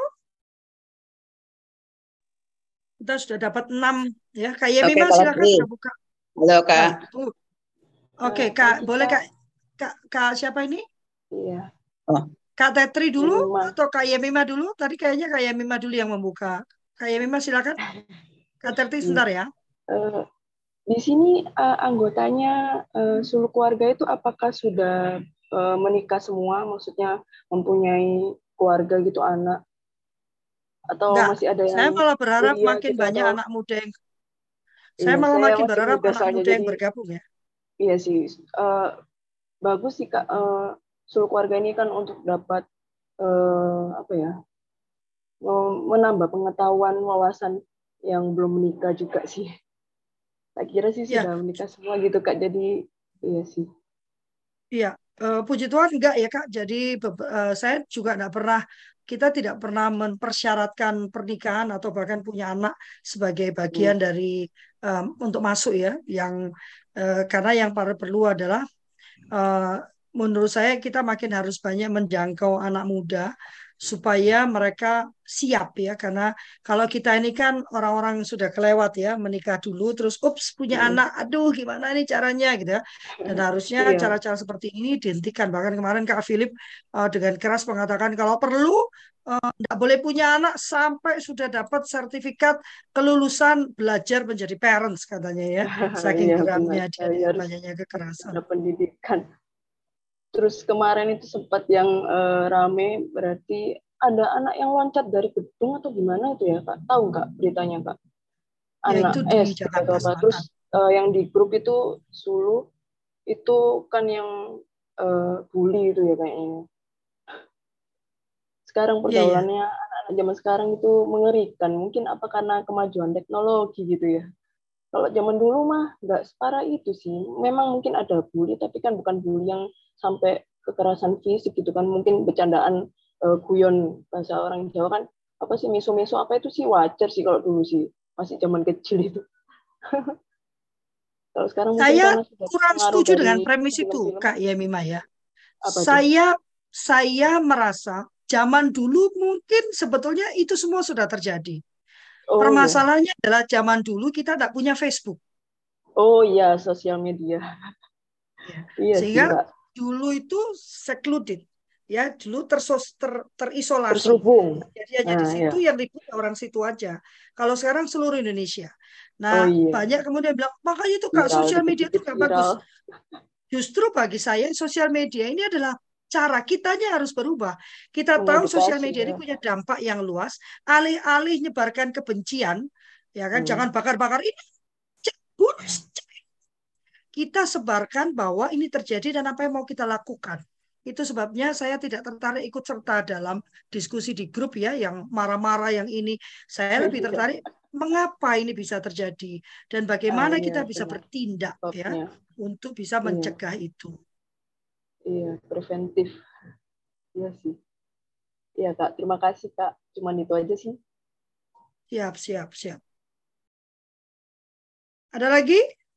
A: kita sudah dapat 6 ya. Kak
F: Oke,
A: Yemima
F: kalau
A: silakan
F: Tri.
A: sudah buka.
F: Halo, Kak.
A: Nah, tunggu. Oke, Kak,
G: Pagi,
A: boleh
G: Kak.
A: Kak siapa ini?
G: Iya,
F: Oh,
A: Kak Tetri dulu
G: Yemima.
A: atau Kak Yemima dulu? Tadi kayaknya Kak Yemima dulu yang membuka. Kak Yemima silakan. Kak Tetri sebentar ya.
G: Eh, di sini anggotanya seluruh keluarga itu apakah sudah menikah semua? Maksudnya mempunyai keluarga gitu, anak? Atau
A: Enggak,
G: masih ada
A: saya
G: yang
A: malah berharap
G: kuliah
A: makin
G: gitu?
A: banyak
G: Atau
A: anak muda yang saya
G: iya,
A: malah
G: saya
A: makin
G: masih
A: berharap
G: muda
A: anak
G: soalnya,
A: muda yang
G: jadi
A: bergabung ya.
G: iya sih. Bagus sih, Kak. Seluruh keluarga ini kan untuk dapat apa ya, menambah pengetahuan, wawasan yang belum menikah juga sih. Tak kira sih
A: Ya,
G: sudah menikah semua gitu, Kak. Jadi iya sih.
A: iya, puji Tuhan enggak ya Kak. Jadi saya juga enggak pernah, kita tidak pernah mempersyaratkan pernikahan atau bahkan punya anak sebagai bagian dari untuk masuk ya. Yang karena yang paling perlu adalah eh, menurut saya kita makin harus banyak menjangkau anak muda supaya mereka siap ya, karena kalau kita ini kan orang-orang sudah kelewat ya, menikah dulu terus ups punya anak, aduh gimana ini caranya gitu ya, dan harusnya
G: Iya,
A: cara-cara seperti ini dihentikan. Bahkan kemarin Kak Philip dengan keras mengatakan kalau perlu tidak boleh punya anak sampai sudah dapat sertifikat kelulusan belajar menjadi parents katanya ya, saking
G: iya benar.
A: beratnya dia
G: Saya
A: dengan
G: harus
A: banyaknya kekerasan.
G: ada pendidikan. Terus kemarin itu sempat yang rame, berarti ada anak yang loncat dari gedung atau gimana itu ya, Kak? Tahu nggak beritanya, Kak?
A: Ya
G: Anak
A: itu di
G: SD
A: Jakarta
G: atau apa?
A: Selatan.
G: Terus yang di grup itu Sulu itu kan yang bully itu ya kayaknya. Sekarang
A: Iya, iya.
G: pergaulannya anak-anak zaman sekarang itu mengerikan. Mungkin apa karena kemajuan teknologi gitu ya. Kalau zaman dulu mah nggak separah itu sih. Memang mungkin ada bully, tapi kan bukan bully yang sampai kekerasan fisik gitu kan. Mungkin bercandaan guyon bahasa orang Jawa kan, apa sih miso-miso apa itu sih wajar sih kalau dulu sih. Masih zaman kecil itu. Kalau sekarang mungkin
A: Saya
G: karena sudah
A: kurang
G: pengaruh
A: setuju dengan
G: dari
A: premis itu,
G: film-film.
A: Kak Yemima ya.
G: Apa tuh?
A: Saya merasa zaman dulu mungkin sebetulnya itu semua sudah terjadi.
G: Oh iya.
A: Permasalahannya adalah zaman dulu kita tidak punya Facebook.
G: Oh iya, sosial media.
A: Ya.
G: Iya sih,
A: Sehingga
G: Kak.
A: dulu itu secluded. Ya, dulu terisolasi.
G: Terselubung.
A: Jadi hanya di
G: Nah, ya.
A: situ yang ribut orang situ aja. Kalau sekarang seluruh Indonesia.
G: Oh
A: Nah,
G: iya.
A: banyak kemudian bilang, makanya itu Kak,
G: Viral,
A: sosial media itu
G: dikit-dikit
A: nggak bagus.
G: viral.
A: Justru bagi saya sosial media ini adalah cara kitanya harus berubah. Kita tahu sosial
G: Mengedukasi
A: media ini
G: ya.
A: punya dampak yang luas. Alih-alih nyebarkan kebencian, ya kan, jangan bakar-bakar ini, bunuh. Kita sebarkan bahwa ini terjadi dan apa yang mau kita lakukan. Itu sebabnya saya tidak tertarik ikut serta dalam diskusi di grup ya, yang marah-marah yang ini. Saya lebih tertarik mengapa ini bisa terjadi dan bagaimana
G: Iya,
A: kita bisa
G: benar.
A: bertindak ya
G: Stopnya.
A: untuk bisa
G: Iya,
A: mencegah itu.
G: iya, preventif. Iya sih. Iya, Kak. Terima kasih, Kak. Cuman itu aja sih.
A: Siap, siap, siap. Ada lagi?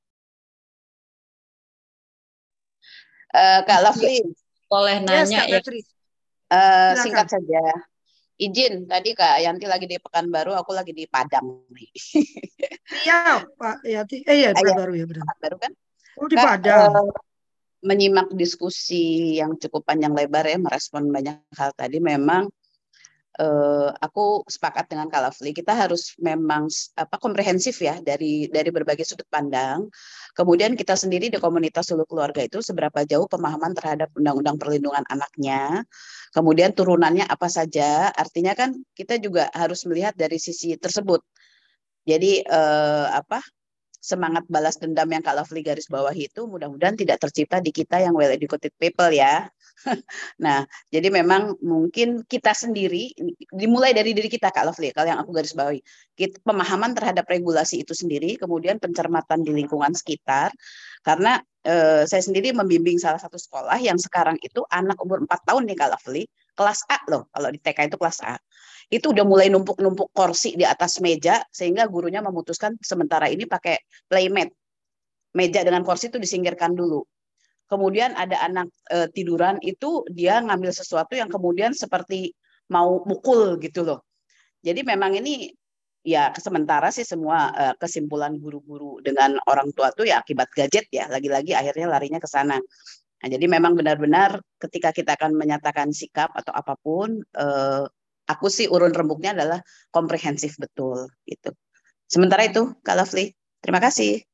F: Kak Lovely,
E: Boleh
A: Yes,
E: nanya
A: Kak
E: ya.
A: Tetri.
F: singkat
A: Silakan.
F: saja. Izin, tadi Kak Yanti lagi di Pekanbaru, aku lagi di Padang nih.
A: Iya, Pak Yati. Ya, bukan
F: Ya,
A: baru ya, benar.
F: Pekanbaru kan.
A: Oh, di
F: Kak,
A: Padang.
F: menyimak diskusi yang cukup panjang lebar ya, merespon banyak hal tadi, memang aku sepakat dengan Kak Lovely. Kita harus memang komprehensif ya dari berbagai sudut pandang. Kemudian kita sendiri di komunitas Suluh Keluarga itu seberapa jauh pemahaman terhadap Undang-Undang Perlindungan Anaknya. Kemudian turunannya apa saja. Artinya kan kita juga harus melihat dari sisi tersebut. Jadi semangat balas dendam yang Kak Lovely garis bawahi itu mudah-mudahan tidak tercipta di kita yang well educated people ya. Nah, jadi memang mungkin kita sendiri, dimulai dari diri kita Kak Lovely, kalau yang aku garis bawahi, pemahaman terhadap regulasi itu sendiri, kemudian pencermatan di lingkungan sekitar, karena saya sendiri membimbing salah satu sekolah yang sekarang itu anak umur 4 tahun nih Kak Lovely, kelas A loh, kalau di TK itu kelas A. Itu udah mulai numpuk-numpuk kursi di atas meja, sehingga gurunya memutuskan sementara ini pakai playmat. Meja dengan kursi itu disingkirkan dulu. Kemudian ada anak tiduran itu dia ngambil sesuatu yang kemudian seperti mau mukul gitu loh. Jadi memang ini ya sementara sih semua kesimpulan guru-guru dengan orang tua tuh ya akibat gadget ya, lagi-lagi akhirnya larinya ke sana. Nah, jadi memang benar-benar ketika kita akan menyatakan sikap atau apapun, aku sih urun rembuknya adalah komprehensif betul gitu. Sementara itu, Kak Lovely, terima kasih.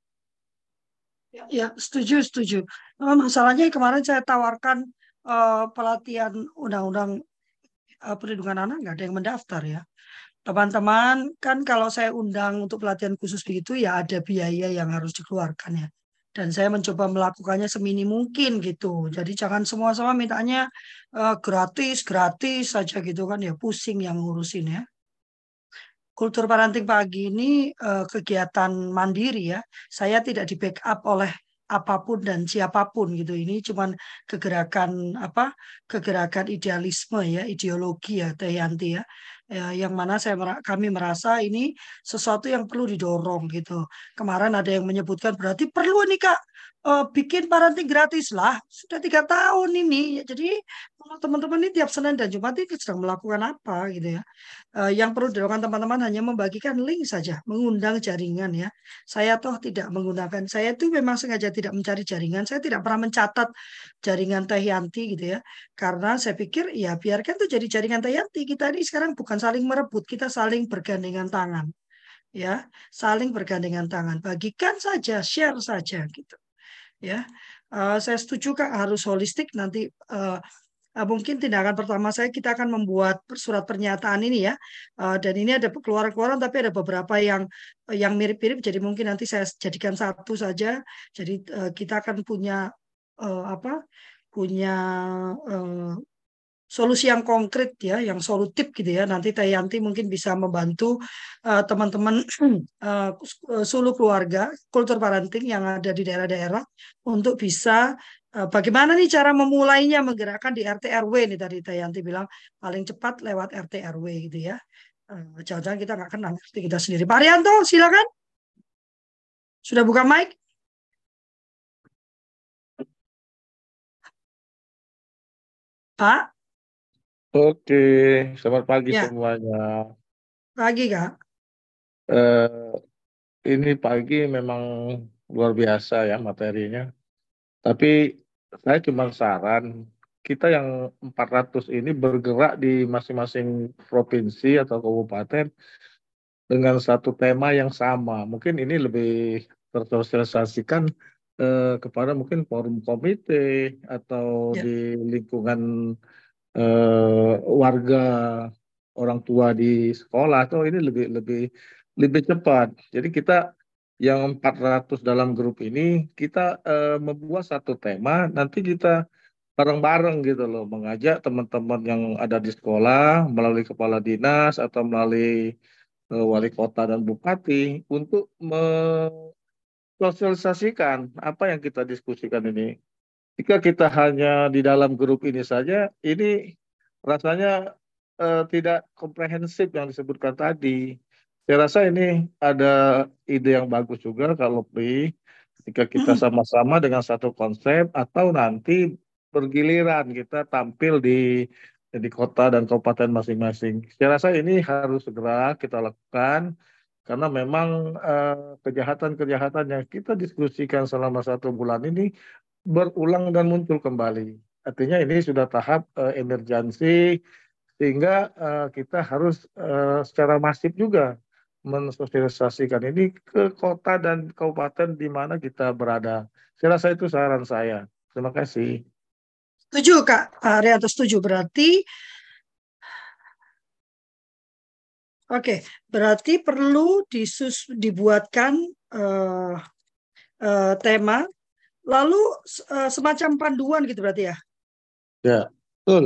A: Ya, setuju, setuju. Masalahnya kemarin saya tawarkan pelatihan undang-undang perlindungan anak, nggak ada yang mendaftar ya. Teman-teman, kan kalau saya undang untuk pelatihan khusus begitu, ya ada biaya yang harus dikeluarkan ya. Dan saya mencoba melakukannya semini mungkin gitu. Jadi jangan semua-sama mintanya gratis saja gitu kan ya. Pusing yang ngurusin ya. Kultur parenting pagi ini kegiatan mandiri ya. Saya tidak di backup oleh apapun dan siapapun gitu. Ini cuman kegerakan apa? Kegerakan idealisme ya, ideologi ya, Teh Yanti ya. Yang mana kami merasa ini sesuatu yang perlu didorong gitu. Kemarin ada yang menyebutkan berarti perlu nih Kak bikin parenting gratis lah. Sudah 3 tahun ini. Ya, jadi teman-teman ini tiap Senin dan Jumat ini sedang melakukan apa gitu ya. Yang perlu dilakukan teman-teman hanya membagikan link saja, mengundang jaringan ya. Saya toh tidak menggunakan, saya itu memang sengaja tidak mencari jaringan, saya tidak pernah mencatat jaringan Teh Yanti gitu ya. Karena saya pikir ya biarkan itu jadi jaringan Teh Yanti. Kita ini sekarang bukan saling merebut, kita saling bergandengan tangan. Ya, saling bergandengan tangan. Bagikan saja, share saja gitu. Ya, saya setuju Kak harus holistik nanti. Mungkin tindakan pertama kita akan membuat surat pernyataan ini ya, dan ini ada keluaran-keluaran tapi ada beberapa yang mirip-mirip. Jadi mungkin nanti saya jadikan satu saja. Jadi kita akan punya punya eh, solusi yang konkret ya, yang solutif gitu ya. Nanti Teh Yanti mungkin bisa membantu teman-teman suluh keluarga, kultur parenting yang ada di daerah-daerah untuk bisa bagaimana nih cara memulainya menggerakkan di RT RW nih tadi Teh Yanti bilang paling cepat lewat RT RW gitu ya. Jangan-jangan kita nggak kenal RT kita sendiri. Pak Arianto, silakan. Sudah buka mic? Pak?
H: Oke, selamat pagi
A: Ya,
H: semuanya.
A: pagi Kak.
H: Eh, ini pagi memang luar biasa ya materinya. Tapi saya cuma saran, kita yang 400 ini bergerak di masing-masing provinsi atau kabupaten dengan satu tema yang sama. Mungkin ini lebih tersosialisasikan kepada mungkin forum komite atau
A: Ya.
H: di lingkungan warga orang tua di sekolah atau ini lebih lebih lebih cepat. Jadi kita yang 400 dalam grup ini kita membuat satu tema, nanti kita bareng-bareng gitu loh, mengajak teman-teman yang ada di sekolah melalui kepala dinas atau melalui wali kota dan bupati untuk mensosialisasikan apa yang kita diskusikan ini. Jika kita hanya di dalam grup ini saja, ini rasanya tidak komprehensif yang disebutkan tadi. Saya rasa ini ada ide yang bagus juga kalau ketika kita sama-sama dengan satu konsep atau nanti bergiliran kita tampil di kota dan kabupaten masing-masing. Saya rasa ini harus segera kita lakukan karena memang kejahatan-kejahatan yang kita diskusikan selama 1 bulan ini berulang dan muncul kembali. Artinya ini sudah tahap emergensi sehingga kita harus secara masif juga mensosialisasikan ini ke kota dan kabupaten di mana kita berada. Saya rasa itu saran saya. Terima kasih.
A: Setuju Kak Arianto, setuju. Berarti perlu dibuatkan tema, lalu semacam panduan gitu berarti ya?
H: Ya, betul.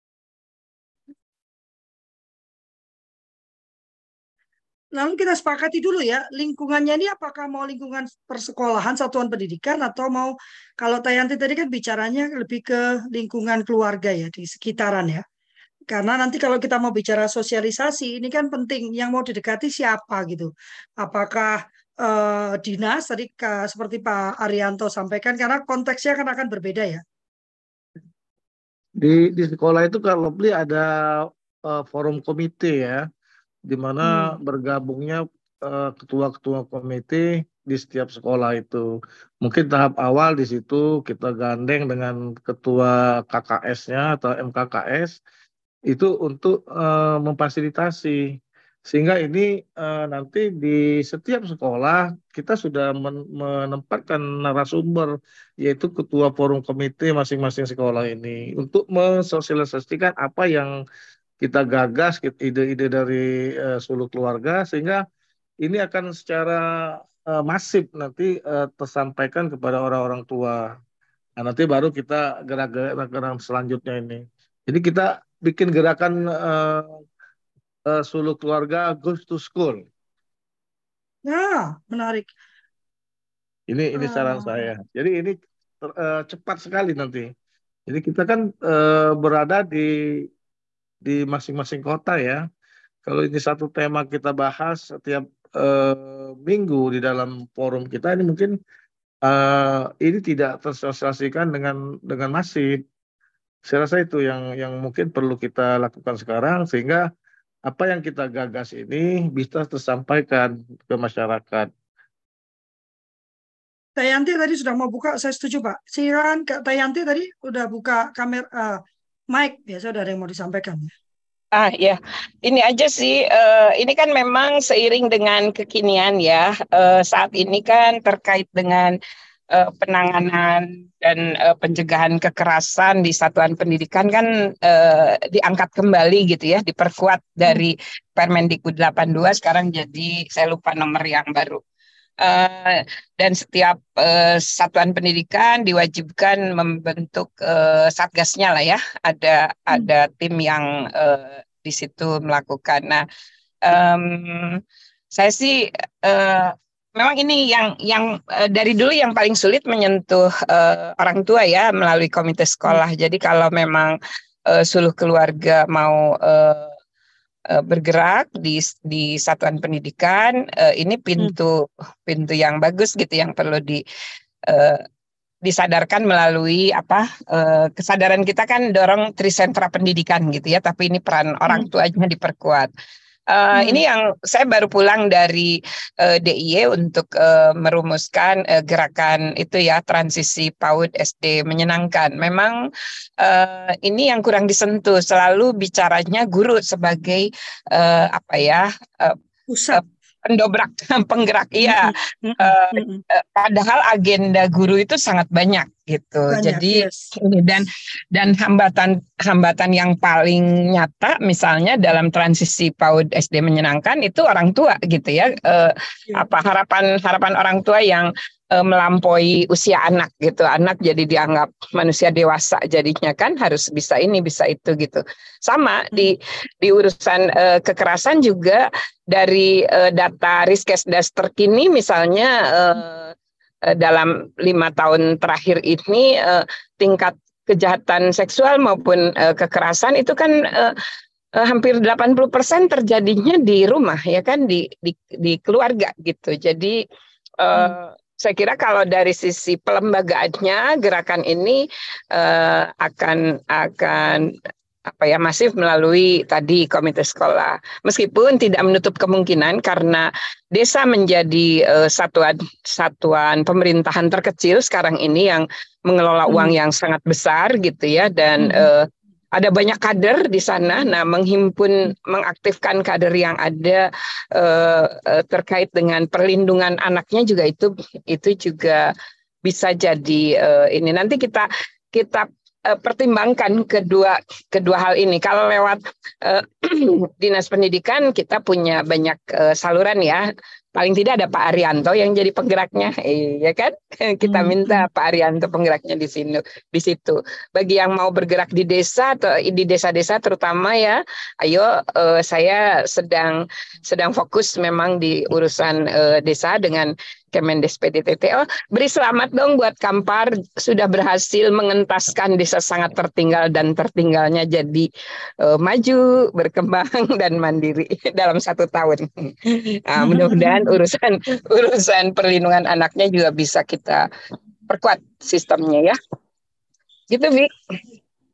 A: Lalu kita sepakati dulu ya, lingkungannya ini apakah mau lingkungan persekolahan, satuan pendidikan, atau mau, kalau Tayanti tadi kan bicaranya lebih ke lingkungan keluarga ya, di sekitaran ya. Karena nanti kalau kita mau bicara sosialisasi, ini kan penting, yang mau didekati siapa gitu. Apakah dinas, tadi seperti Pak Arianto sampaikan, karena konteksnya kan akan berbeda ya.
H: Di sekolah itu kalau beli ada forum komite ya, di mana bergabungnya ketua-ketua komite di setiap sekolah itu. Mungkin tahap awal di situ kita gandeng dengan ketua KKS-nya atau MKKS itu untuk memfasilitasi, sehingga ini nanti di setiap sekolah kita sudah menempatkan narasumber, yaitu ketua forum komite masing-masing sekolah ini untuk mensosialisasikan apa yang kita gagas, ide-ide dari seluruh keluarga, sehingga ini akan secara masif nanti tersampaikan kepada orang-orang tua. Nah, nanti baru kita gerak-gerak selanjutnya ini. Jadi kita bikin gerakan seluruh keluarga goes to school.
A: Nah, menarik.
H: Ini saran saya. Jadi ini cepat sekali nanti. Jadi kita kan berada di masing-masing kota ya. Kalau ini satu tema kita bahas setiap minggu di dalam forum kita, ini mungkin ini tidak tersosialisasikan dengan masif. Saya rasa itu yang mungkin perlu kita lakukan sekarang, sehingga apa yang kita gagas ini bisa tersampaikan ke masyarakat.
A: Teh Yanti tadi sudah mau buka, saya setuju Pak. Silakan Kak Teh Yanti tadi udah buka kamera, mic, biasa ada yang mau disampaikan.
D: Ya, ini aja sih. Ini kan memang seiring dengan kekinian ya. Saat ini kan terkait dengan penanganan dan pencegahan kekerasan di satuan pendidikan kan diangkat kembali gitu ya, diperkuat dari Permendikbud 82 sekarang jadi saya lupa nomor yang baru. Dan setiap satuan pendidikan diwajibkan membentuk satgasnya lah ya, ada tim yang di situ melakukan. Nah, saya sih memang ini yang dari dulu yang paling sulit menyentuh orang tua ya melalui komite sekolah. Jadi kalau memang seluruh keluarga mau bergerak di satuan pendidikan, ini pintu yang bagus gitu yang perlu disadarkan melalui kesadaran kita kan dorong trisentra pendidikan gitu ya, tapi ini peran orang tuanya diperkuat. Ini yang saya baru pulang dari DIY untuk merumuskan gerakan itu ya, transisi PAUD SD menyenangkan. Memang ini yang kurang disentuh, selalu bicaranya guru sebagai
A: pusat
D: pendobrak, penggerak. Iya. Padahal agenda guru itu sangat banyak gitu. Jadi ini dan hambatan yang paling nyata misalnya dalam transisi PAUD SD menyenangkan itu orang tua gitu ya. Harapan orang tua yang melampaui usia anak gitu. Anak jadi dianggap manusia dewasa, jadinya kan harus bisa ini bisa itu gitu. Sama di urusan kekerasan juga, dari data Riskesdas terkini misalnya dalam 5 tahun terakhir ini tingkat kejahatan seksual maupun kekerasan itu kan hampir 80% terjadinya di rumah ya kan, di keluarga gitu. Jadi saya kira kalau dari sisi pelembagaannya gerakan ini akan masif melalui tadi komite sekolah. Meskipun tidak menutup kemungkinan karena desa menjadi satuan pemerintahan terkecil sekarang ini yang mengelola uang yang sangat besar gitu ya, dan ada banyak kader di sana. Nah, mengaktifkan kader yang ada terkait dengan perlindungan anaknya juga itu juga bisa jadi ini. Nanti kita pertimbangkan kedua hal ini. Kalau lewat Dinas Pendidikan kita punya banyak saluran ya. Paling tidak ada Pak Arianto yang jadi penggeraknya, ya kan? Kita minta Pak Arianto penggeraknya di situ. Bagi yang mau bergerak di desa atau di desa-desa terutama ya, ayo, saya sedang fokus memang di urusan desa dengan Kemendes PDTT. Beri selamat dong buat Kampar, sudah berhasil mengentaskan desa sangat tertinggal dan tertinggalnya jadi maju, berkembang dan mandiri dalam 1 tahun. Nah, mudah-mudahan urusan perlindungan anaknya juga bisa kita perkuat sistemnya ya. Gitu, Vi.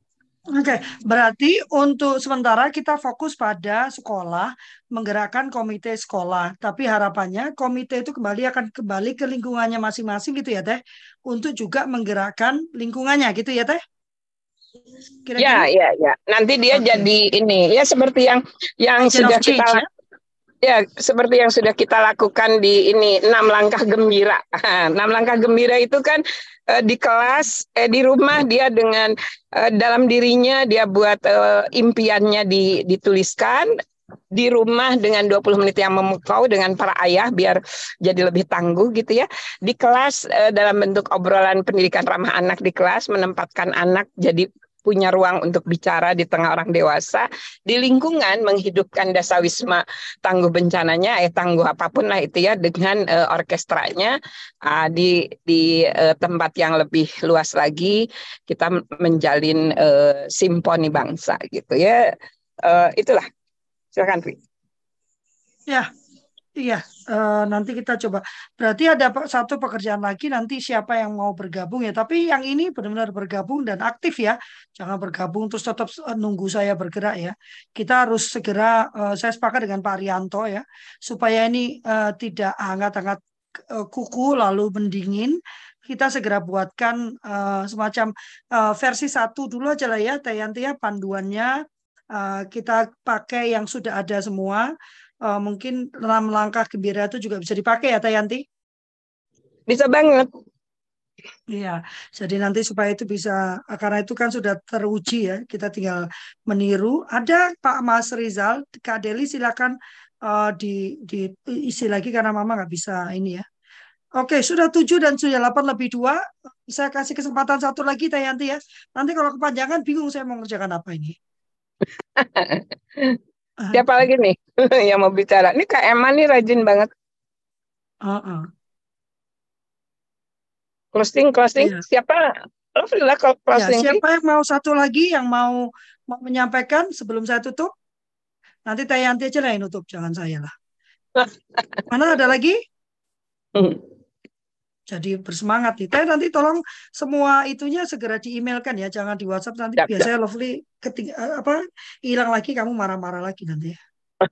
A: Oke, berarti untuk sementara kita fokus pada sekolah, menggerakkan komite sekolah. Tapi harapannya komite itu akan kembali ke lingkungannya masing-masing gitu ya Teh, untuk juga menggerakkan lingkungannya gitu ya Teh, kira-kira?
D: Ya. Nanti dia
A: Oke,
D: jadi ini ya seperti yang
A: agent of
D: sudah kita
A: change ya.
D: ya seperti yang sudah kita lakukan di ini 6 langkah gembira. 6 langkah gembira itu kan di kelas, di rumah dia dengan dalam dirinya dia buat impiannya dituliskan. Di rumah dengan 20 menit yang memukau dengan para ayah biar jadi lebih tangguh gitu ya. Di kelas dalam bentuk obrolan pendidikan ramah anak di kelas, menempatkan anak jadi punya ruang untuk bicara di tengah orang dewasa. Di lingkungan menghidupkan dasawisma tangguh bencananya, tangguh apapun lah itu ya, dengan orkestranya. Di tempat yang lebih luas lagi kita menjalin simfoni bangsa gitu ya. Itulah. Silakan, Pri.
A: Ya, iya. Nanti kita coba. Berarti ada satu pekerjaan lagi nanti siapa yang mau bergabung ya. Tapi yang ini benar-benar bergabung dan aktif ya. Jangan bergabung terus tetap nunggu saya bergerak ya. Kita harus segera. Saya sepakat dengan Pak Rianto ya, supaya ini tidak hangat-hangat kuku lalu mendingin. Kita segera buatkan semacam versi 1 dulu aja lah ya, Teh Yanti ya, panduannya. Kita pakai yang sudah ada semua. Mungkin 6 langkah gembira itu juga bisa dipakai ya Teh Yanti.
D: Bisa banget.
A: Iya, jadi nanti supaya itu bisa, karena itu kan sudah teruji ya, kita tinggal meniru. Ada Pak Mas Rizal, Kak Deli silakan diisi lagi karena Mama nggak bisa ini ya. Oke, sudah 7 dan sudah 8 lebih 2. Saya kasih kesempatan satu lagi Teh Yanti ya. Nanti kalau kepanjangan bingung saya mau ngerjakan apa ini.
D: Siapa lagi nih yang mau bicara? Ini Kak Emma nih rajin banget. Closing.
A: Iya.
D: Siapa? Lo
A: Ya,
D: closing.
A: siapa yang mau satu lagi yang mau menyampaikan sebelum saya tutup? Nanti Teh Yanti aja lah yang nutup, jangan saya lah. Mana ada lagi? Jadi bersemangat nih. Teh nanti tolong semua itunya segera di-emailkan ya, jangan di WhatsApp nanti
D: Siap.
A: biasanya Lovely hilang lagi kamu marah-marah lagi nanti ya.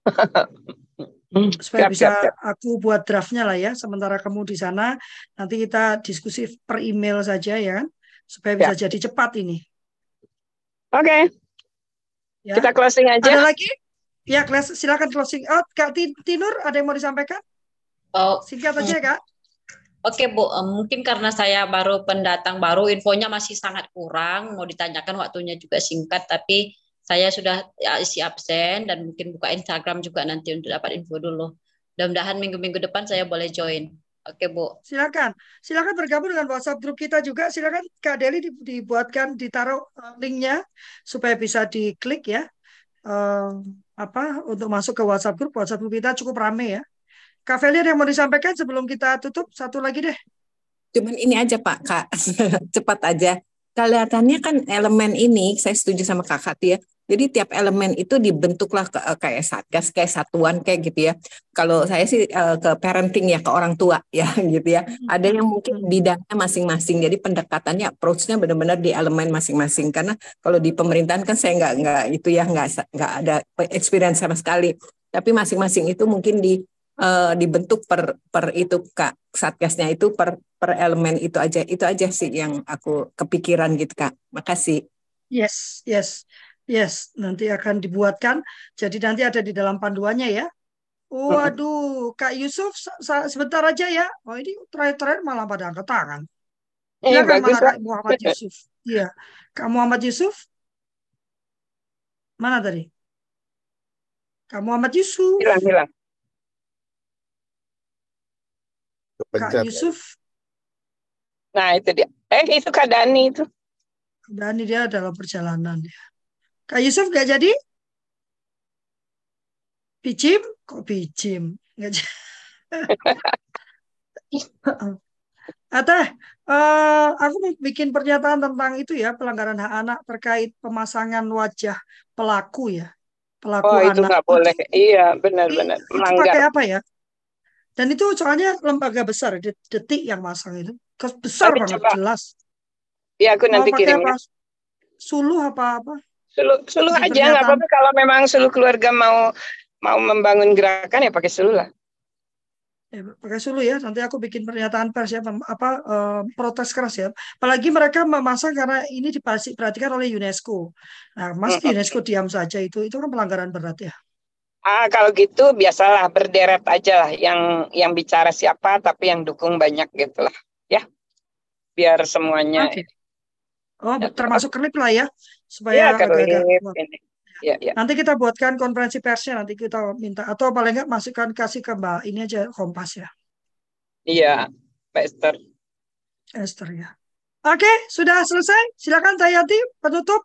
A: Supaya bisa aku buat draftnya lah ya. Sementara kamu di sana nanti kita diskusi per email saja ya kan, supaya bisa jadi cepat ini.
D: Oke.
A: Ya.
D: Kita closing aja.
A: Ada lagi? Ya, silakan closing. Kak Tinur ada yang mau disampaikan? Singkat aja Kak.
E: Oke Bu, mungkin karena saya baru pendatang baru, infonya masih sangat kurang. Mau ditanyakan waktunya juga singkat, tapi saya sudah isi absen dan mungkin buka Instagram juga nanti untuk dapat info dulu. Mudah-mudahan minggu-minggu depan saya boleh join. Oke Bu.
A: Silakan bergabung dengan WhatsApp grup kita juga. Silakan Kak Deli dibuatkan, ditaruh linknya supaya bisa diklik ya. Untuk masuk ke WhatsApp grup kita cukup rame ya. Kak Feli ada yang mau disampaikan sebelum kita tutup? Satu lagi deh.
I: Cuman ini aja Pak, Kak. Cepat aja. Kelihatannya kan elemen ini, saya setuju sama Kakak tuh ya. Jadi tiap elemen itu dibentuklah kayak satgas, kayak satuan, kayak gitu ya. Kalau saya sih ke parenting ya, ke orang tua ya gitu ya. Ada yang mungkin bidangnya masing-masing. Jadi pendekatannya, approach-nya benar-benar di elemen masing-masing. Karena kalau di pemerintahan kan saya nggak itu ya, nggak ada experience sama sekali. Tapi masing-masing itu mungkin dibentuk per itu Kak, satgasnya itu per elemen itu aja sih yang aku kepikiran gitu Kak. Makasih.
A: Yes, nanti akan dibuatkan, jadi nanti ada di dalam panduannya ya. Waduh, Kak Yusuf sebentar aja ya. Oh ini terakhir malah pada angkat tangan. Silakan malah Kak Muhammad Yusuf. Iya, Kak Muhammad Yusuf mana tadi? Kak Muhammad Yusuf.
D: Hilang.
A: Kak Yusuf.
D: Nah itu dia. Itu Kak Dani itu.
A: Dani dia dalam perjalanan ya. Kak Yusuf nggak jadi? Picim? Kok picim? Nggak jadi. Aku bikin pernyataan tentang itu ya, pelanggaran hak anak terkait pemasangan wajah pelaku ya. Pelaku
D: itu
A: anak.
D: nggak boleh. Iya, benar-benar.
A: Itu pakai apa ya? Dan itu soalnya lembaga besar, Detik yang masang itu. Besar banget, jelas.
D: Iya, aku nanti kirim.
A: Suluh apa?
D: Suluh
A: Di
D: aja nggak
A: pernyataan.
D: apa-apa kalau memang seluruh keluarga mau membangun gerakan ya pakai suluh lah.
A: Pakai suluh ya. Nanti aku bikin pernyataan pers ya, protes keras ya. Apalagi mereka memasang karena ini diperhatikan oleh UNESCO. Nah, Mas di UNESCO
D: Oke.
A: diam saja itu kan pelanggaran berat ya.
D: Kalau gitu biasalah berderet aja lah yang bicara siapa tapi yang dukung banyak gitu lah ya biar semuanya
A: Oke. Oh,
D: ya.
A: termasuk klip lah ya,
D: Ya
A: supaya agak-agak.
D: kelip ini. Ya.
A: Nanti kita buatkan konferensi persnya, nanti kita minta atau paling nggak masukkan kasih ke Mbak ini aja Kompas ya,
D: Iya, Mbak Esther.
A: Esther ya. Oke, sudah selesai. Silakan Tayati penutup.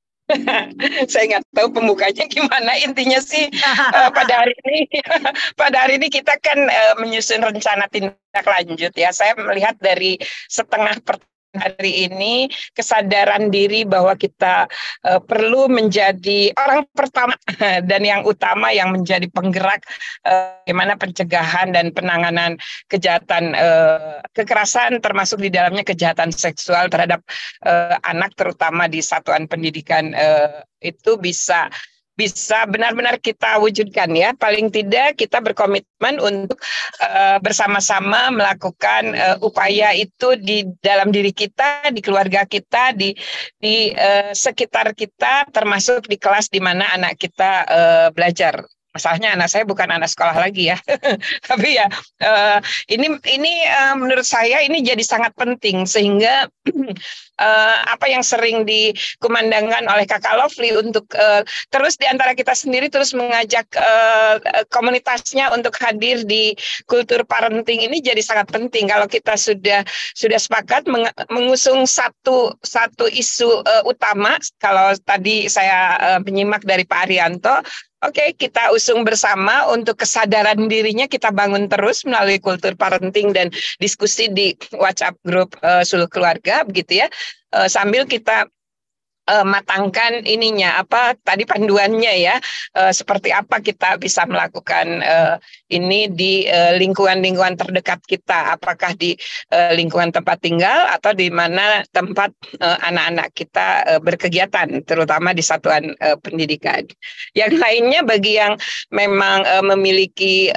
D: Saya nggak tahu pembukanya gimana. Intinya sih pada hari ini kita kan menyusun rencana tindak lanjut ya. Saya melihat dari setengah hari ini kesadaran diri bahwa kita perlu menjadi orang pertama dan yang utama yang menjadi penggerak bagaimana pencegahan dan penanganan kejahatan kekerasan termasuk di dalamnya kejahatan seksual terhadap anak terutama di satuan pendidikan itu bisa benar-benar kita wujudkan ya. Paling tidak kita berkomitmen untuk bersama-sama melakukan upaya itu di dalam diri kita, di keluarga kita, di sekitar kita, termasuk di kelas di mana anak kita belajar. Masalahnya anak saya bukan anak sekolah lagi ya, tapi ya ini menurut saya ini jadi sangat penting sehingga apa yang sering dikumandangkan oleh Kakak Lovely untuk terus di antara kita sendiri terus mengajak komunitasnya untuk hadir di kultur parenting ini jadi sangat penting. Kalau kita sudah sepakat mengusung satu isu utama, kalau tadi saya menyimak dari Pak Arianto. Oke, kita usung bersama untuk kesadaran dirinya kita bangun terus melalui kultur parenting dan diskusi di WhatsApp grup Suluh Keluarga begitu ya. Sambil kita matangkan ininya tadi panduannya ya seperti apa kita bisa melakukan ini di lingkungan terdekat kita, apakah di lingkungan tempat tinggal atau di mana tempat anak-anak kita berkegiatan terutama di satuan pendidikan. Yang lainnya bagi yang memang memiliki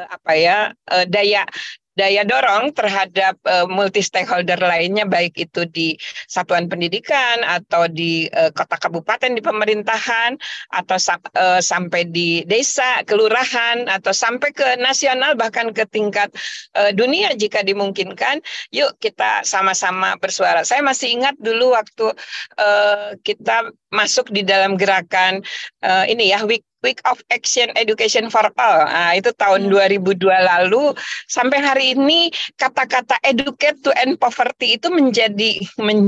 D: daya dorong terhadap multi stakeholder lainnya baik itu di satuan pendidikan atau di kota kabupaten di pemerintahan atau sampai di desa, kelurahan atau sampai ke nasional bahkan ke tingkat dunia jika dimungkinkan. Yuk kita sama-sama bersuara. Saya masih ingat dulu waktu kita masuk di dalam gerakan ini ya Week of Action Education for All. Nah, itu tahun 2002 lalu sampai hari ini kata-kata educate to end poverty itu menjadi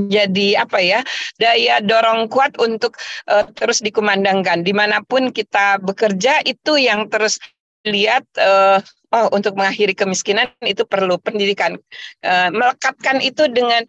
D: daya dorong kuat untuk terus dikumandangkan dimanapun kita bekerja. Itu yang terus lihat untuk mengakhiri kemiskinan itu perlu pendidikan, melekatkan itu dengan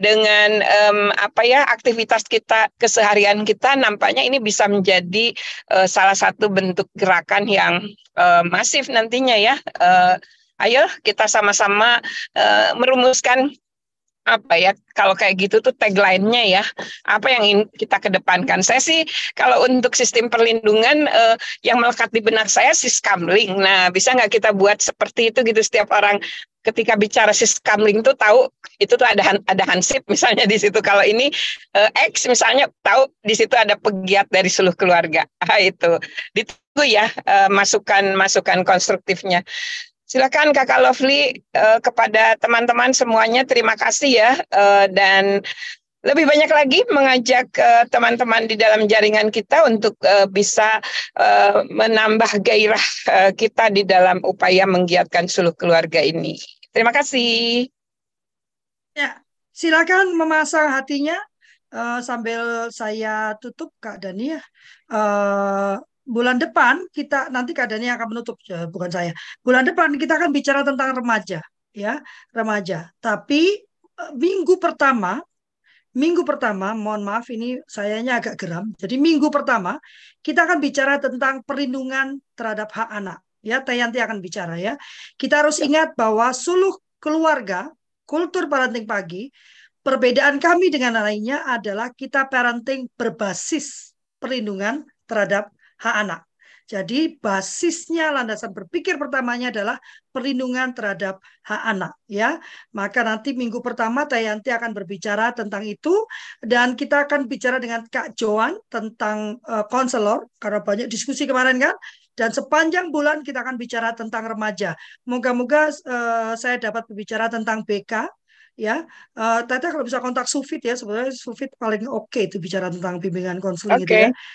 D: aktivitas kita keseharian kita. Nampaknya ini bisa menjadi salah satu bentuk gerakan yang masif nantinya ya. Ayo kita sama-sama merumuskan kalau kayak gitu tuh tagline-nya ya, apa yang ingin kita kedepankan. Saya sih kalau untuk sistem perlindungan yang melekat di benak saya Siskamling. Nah, bisa nggak kita buat seperti itu gitu, setiap orang ketika bicara Siskamling tuh tahu itu tuh ada Hansip misalnya di situ. Kalau ini X misalnya tahu di situ ada pegiat dari Suluh Keluarga. Itu ditunggu ya masukan konstruktifnya. Silakan Kakak Lovely, kepada teman-teman semuanya terima kasih ya, dan lebih banyak lagi mengajak teman-teman di dalam jaringan kita untuk bisa menambah gairah kita di dalam upaya menggiatkan Suluh Keluarga ini. Terima kasih.
A: Ya, silakan memasang hatinya sambil saya tutup Kak Dani ya. Bulan depan kita nanti Kak Dani akan menutup, bukan saya. Bulan depan kita akan bicara tentang remaja, ya, remaja. Tapi minggu pertama, mohon maaf ini sayanya agak geram. Jadi minggu pertama kita akan bicara tentang perlindungan terhadap hak anak. Ya, Tayanti akan bicara ya. Kita harus ingat bahwa Suluh Keluarga, kultur parenting pagi Perbedaan kami dengan lainnya adalah kita parenting berbasis perlindungan terhadap hak anak. Jadi basisnya landasan berpikir pertamanya adalah perlindungan terhadap hak anak, ya. Maka nanti minggu pertama Tayanti akan berbicara tentang itu, dan kita akan bicara dengan Kak Joan tentang konselor karena banyak diskusi kemarin kan. Dan sepanjang bulan kita akan bicara tentang remaja. Moga-moga saya dapat berbicara tentang BK, ya. Tata kalau bisa kontak Sufit, ya, sebenarnya Sufit paling oke itu bicara tentang bimbingan konseling itu, ya.
D: Oke.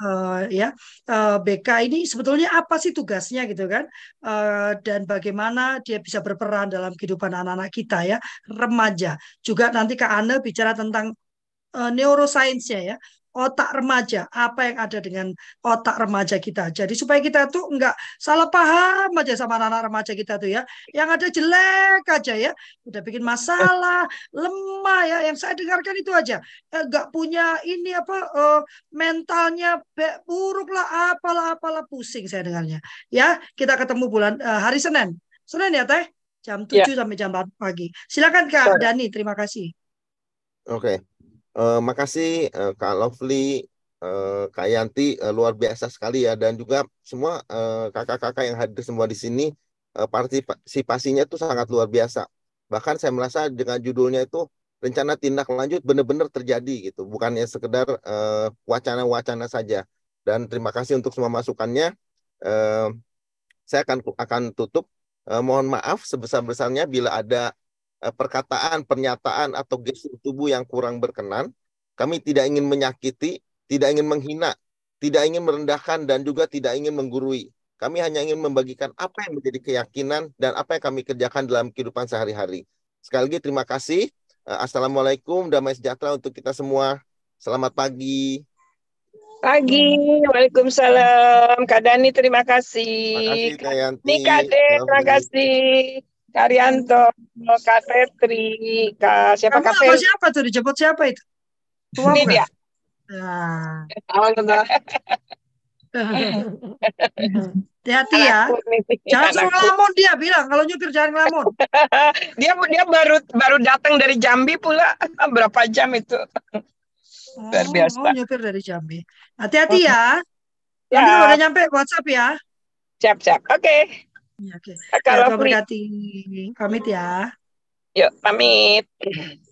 A: BK ini sebetulnya apa sih tugasnya gitu kan, dan bagaimana dia bisa berperan dalam kehidupan anak-anak kita, ya, remaja. Juga nanti Kak Ane bicara tentang neuroscience-nya, ya, otak remaja, apa yang ada dengan otak remaja kita. Jadi supaya kita tuh enggak salah paham aja sama anak-anak remaja kita tuh, ya. Yang ada jelek aja, ya. Udah bikin masalah, lemah, ya. Yang saya dengarkan itu aja. Enggak punya ini mentalnya buruk lah, apalah pusing saya dengarnya. Ya, kita ketemu hari Senin. Senin, ya, Teh? Jam 7 sampai jam 4 pagi. Silakan Kak Dani, terima kasih.
B: Oke. Makasih Kak Lovely, Kak Yanti, luar biasa sekali ya, dan juga semua kakak-kakak yang hadir semua di sini, partisipasinya itu sangat luar biasa. Bahkan saya merasa dengan judulnya itu rencana tindak lanjut benar-benar terjadi gitu, bukannya sekedar wacana-wacana saja. Dan terima kasih untuk semua masukannya. Saya akan tutup. Mohon maaf sebesar-besarnya bila ada perkataan, pernyataan, atau gestur tubuh yang kurang berkenan. Kami tidak ingin menyakiti, tidak ingin menghina, tidak ingin merendahkan, dan juga tidak ingin menggurui. Kami hanya ingin membagikan apa yang menjadi keyakinan dan apa yang kami kerjakan dalam kehidupan sehari-hari. Sekali lagi terima kasih. Assalamualaikum, damai sejahtera untuk kita semua. Selamat pagi.
D: Waalaikumsalam. Kak Dani, terima kasih.
B: Terima kasih Kak Yanti.
D: Nika terima kasih. Karyanto, Kak Petri, Kak siapa?
A: Kamu sama siapa tuh? Dijemput siapa itu? Tua
D: ini
A: bukan?
D: dia.
A: Nah.
D: Hati-hati
A: ya. Jangan suruh ngelamun, dia bilang kalau nyupir jangan ngelamun.
D: dia baru datang dari Jambi pula, berapa jam itu? Luar biasa.
A: Nyupir dari Jambi. Hati-hati ya.
D: Ya.
A: Nanti kalau udah nyampe WhatsApp ya.
D: Siap. Oke.
A: Kalau berkati pamit ya.
D: Yuk, pamit.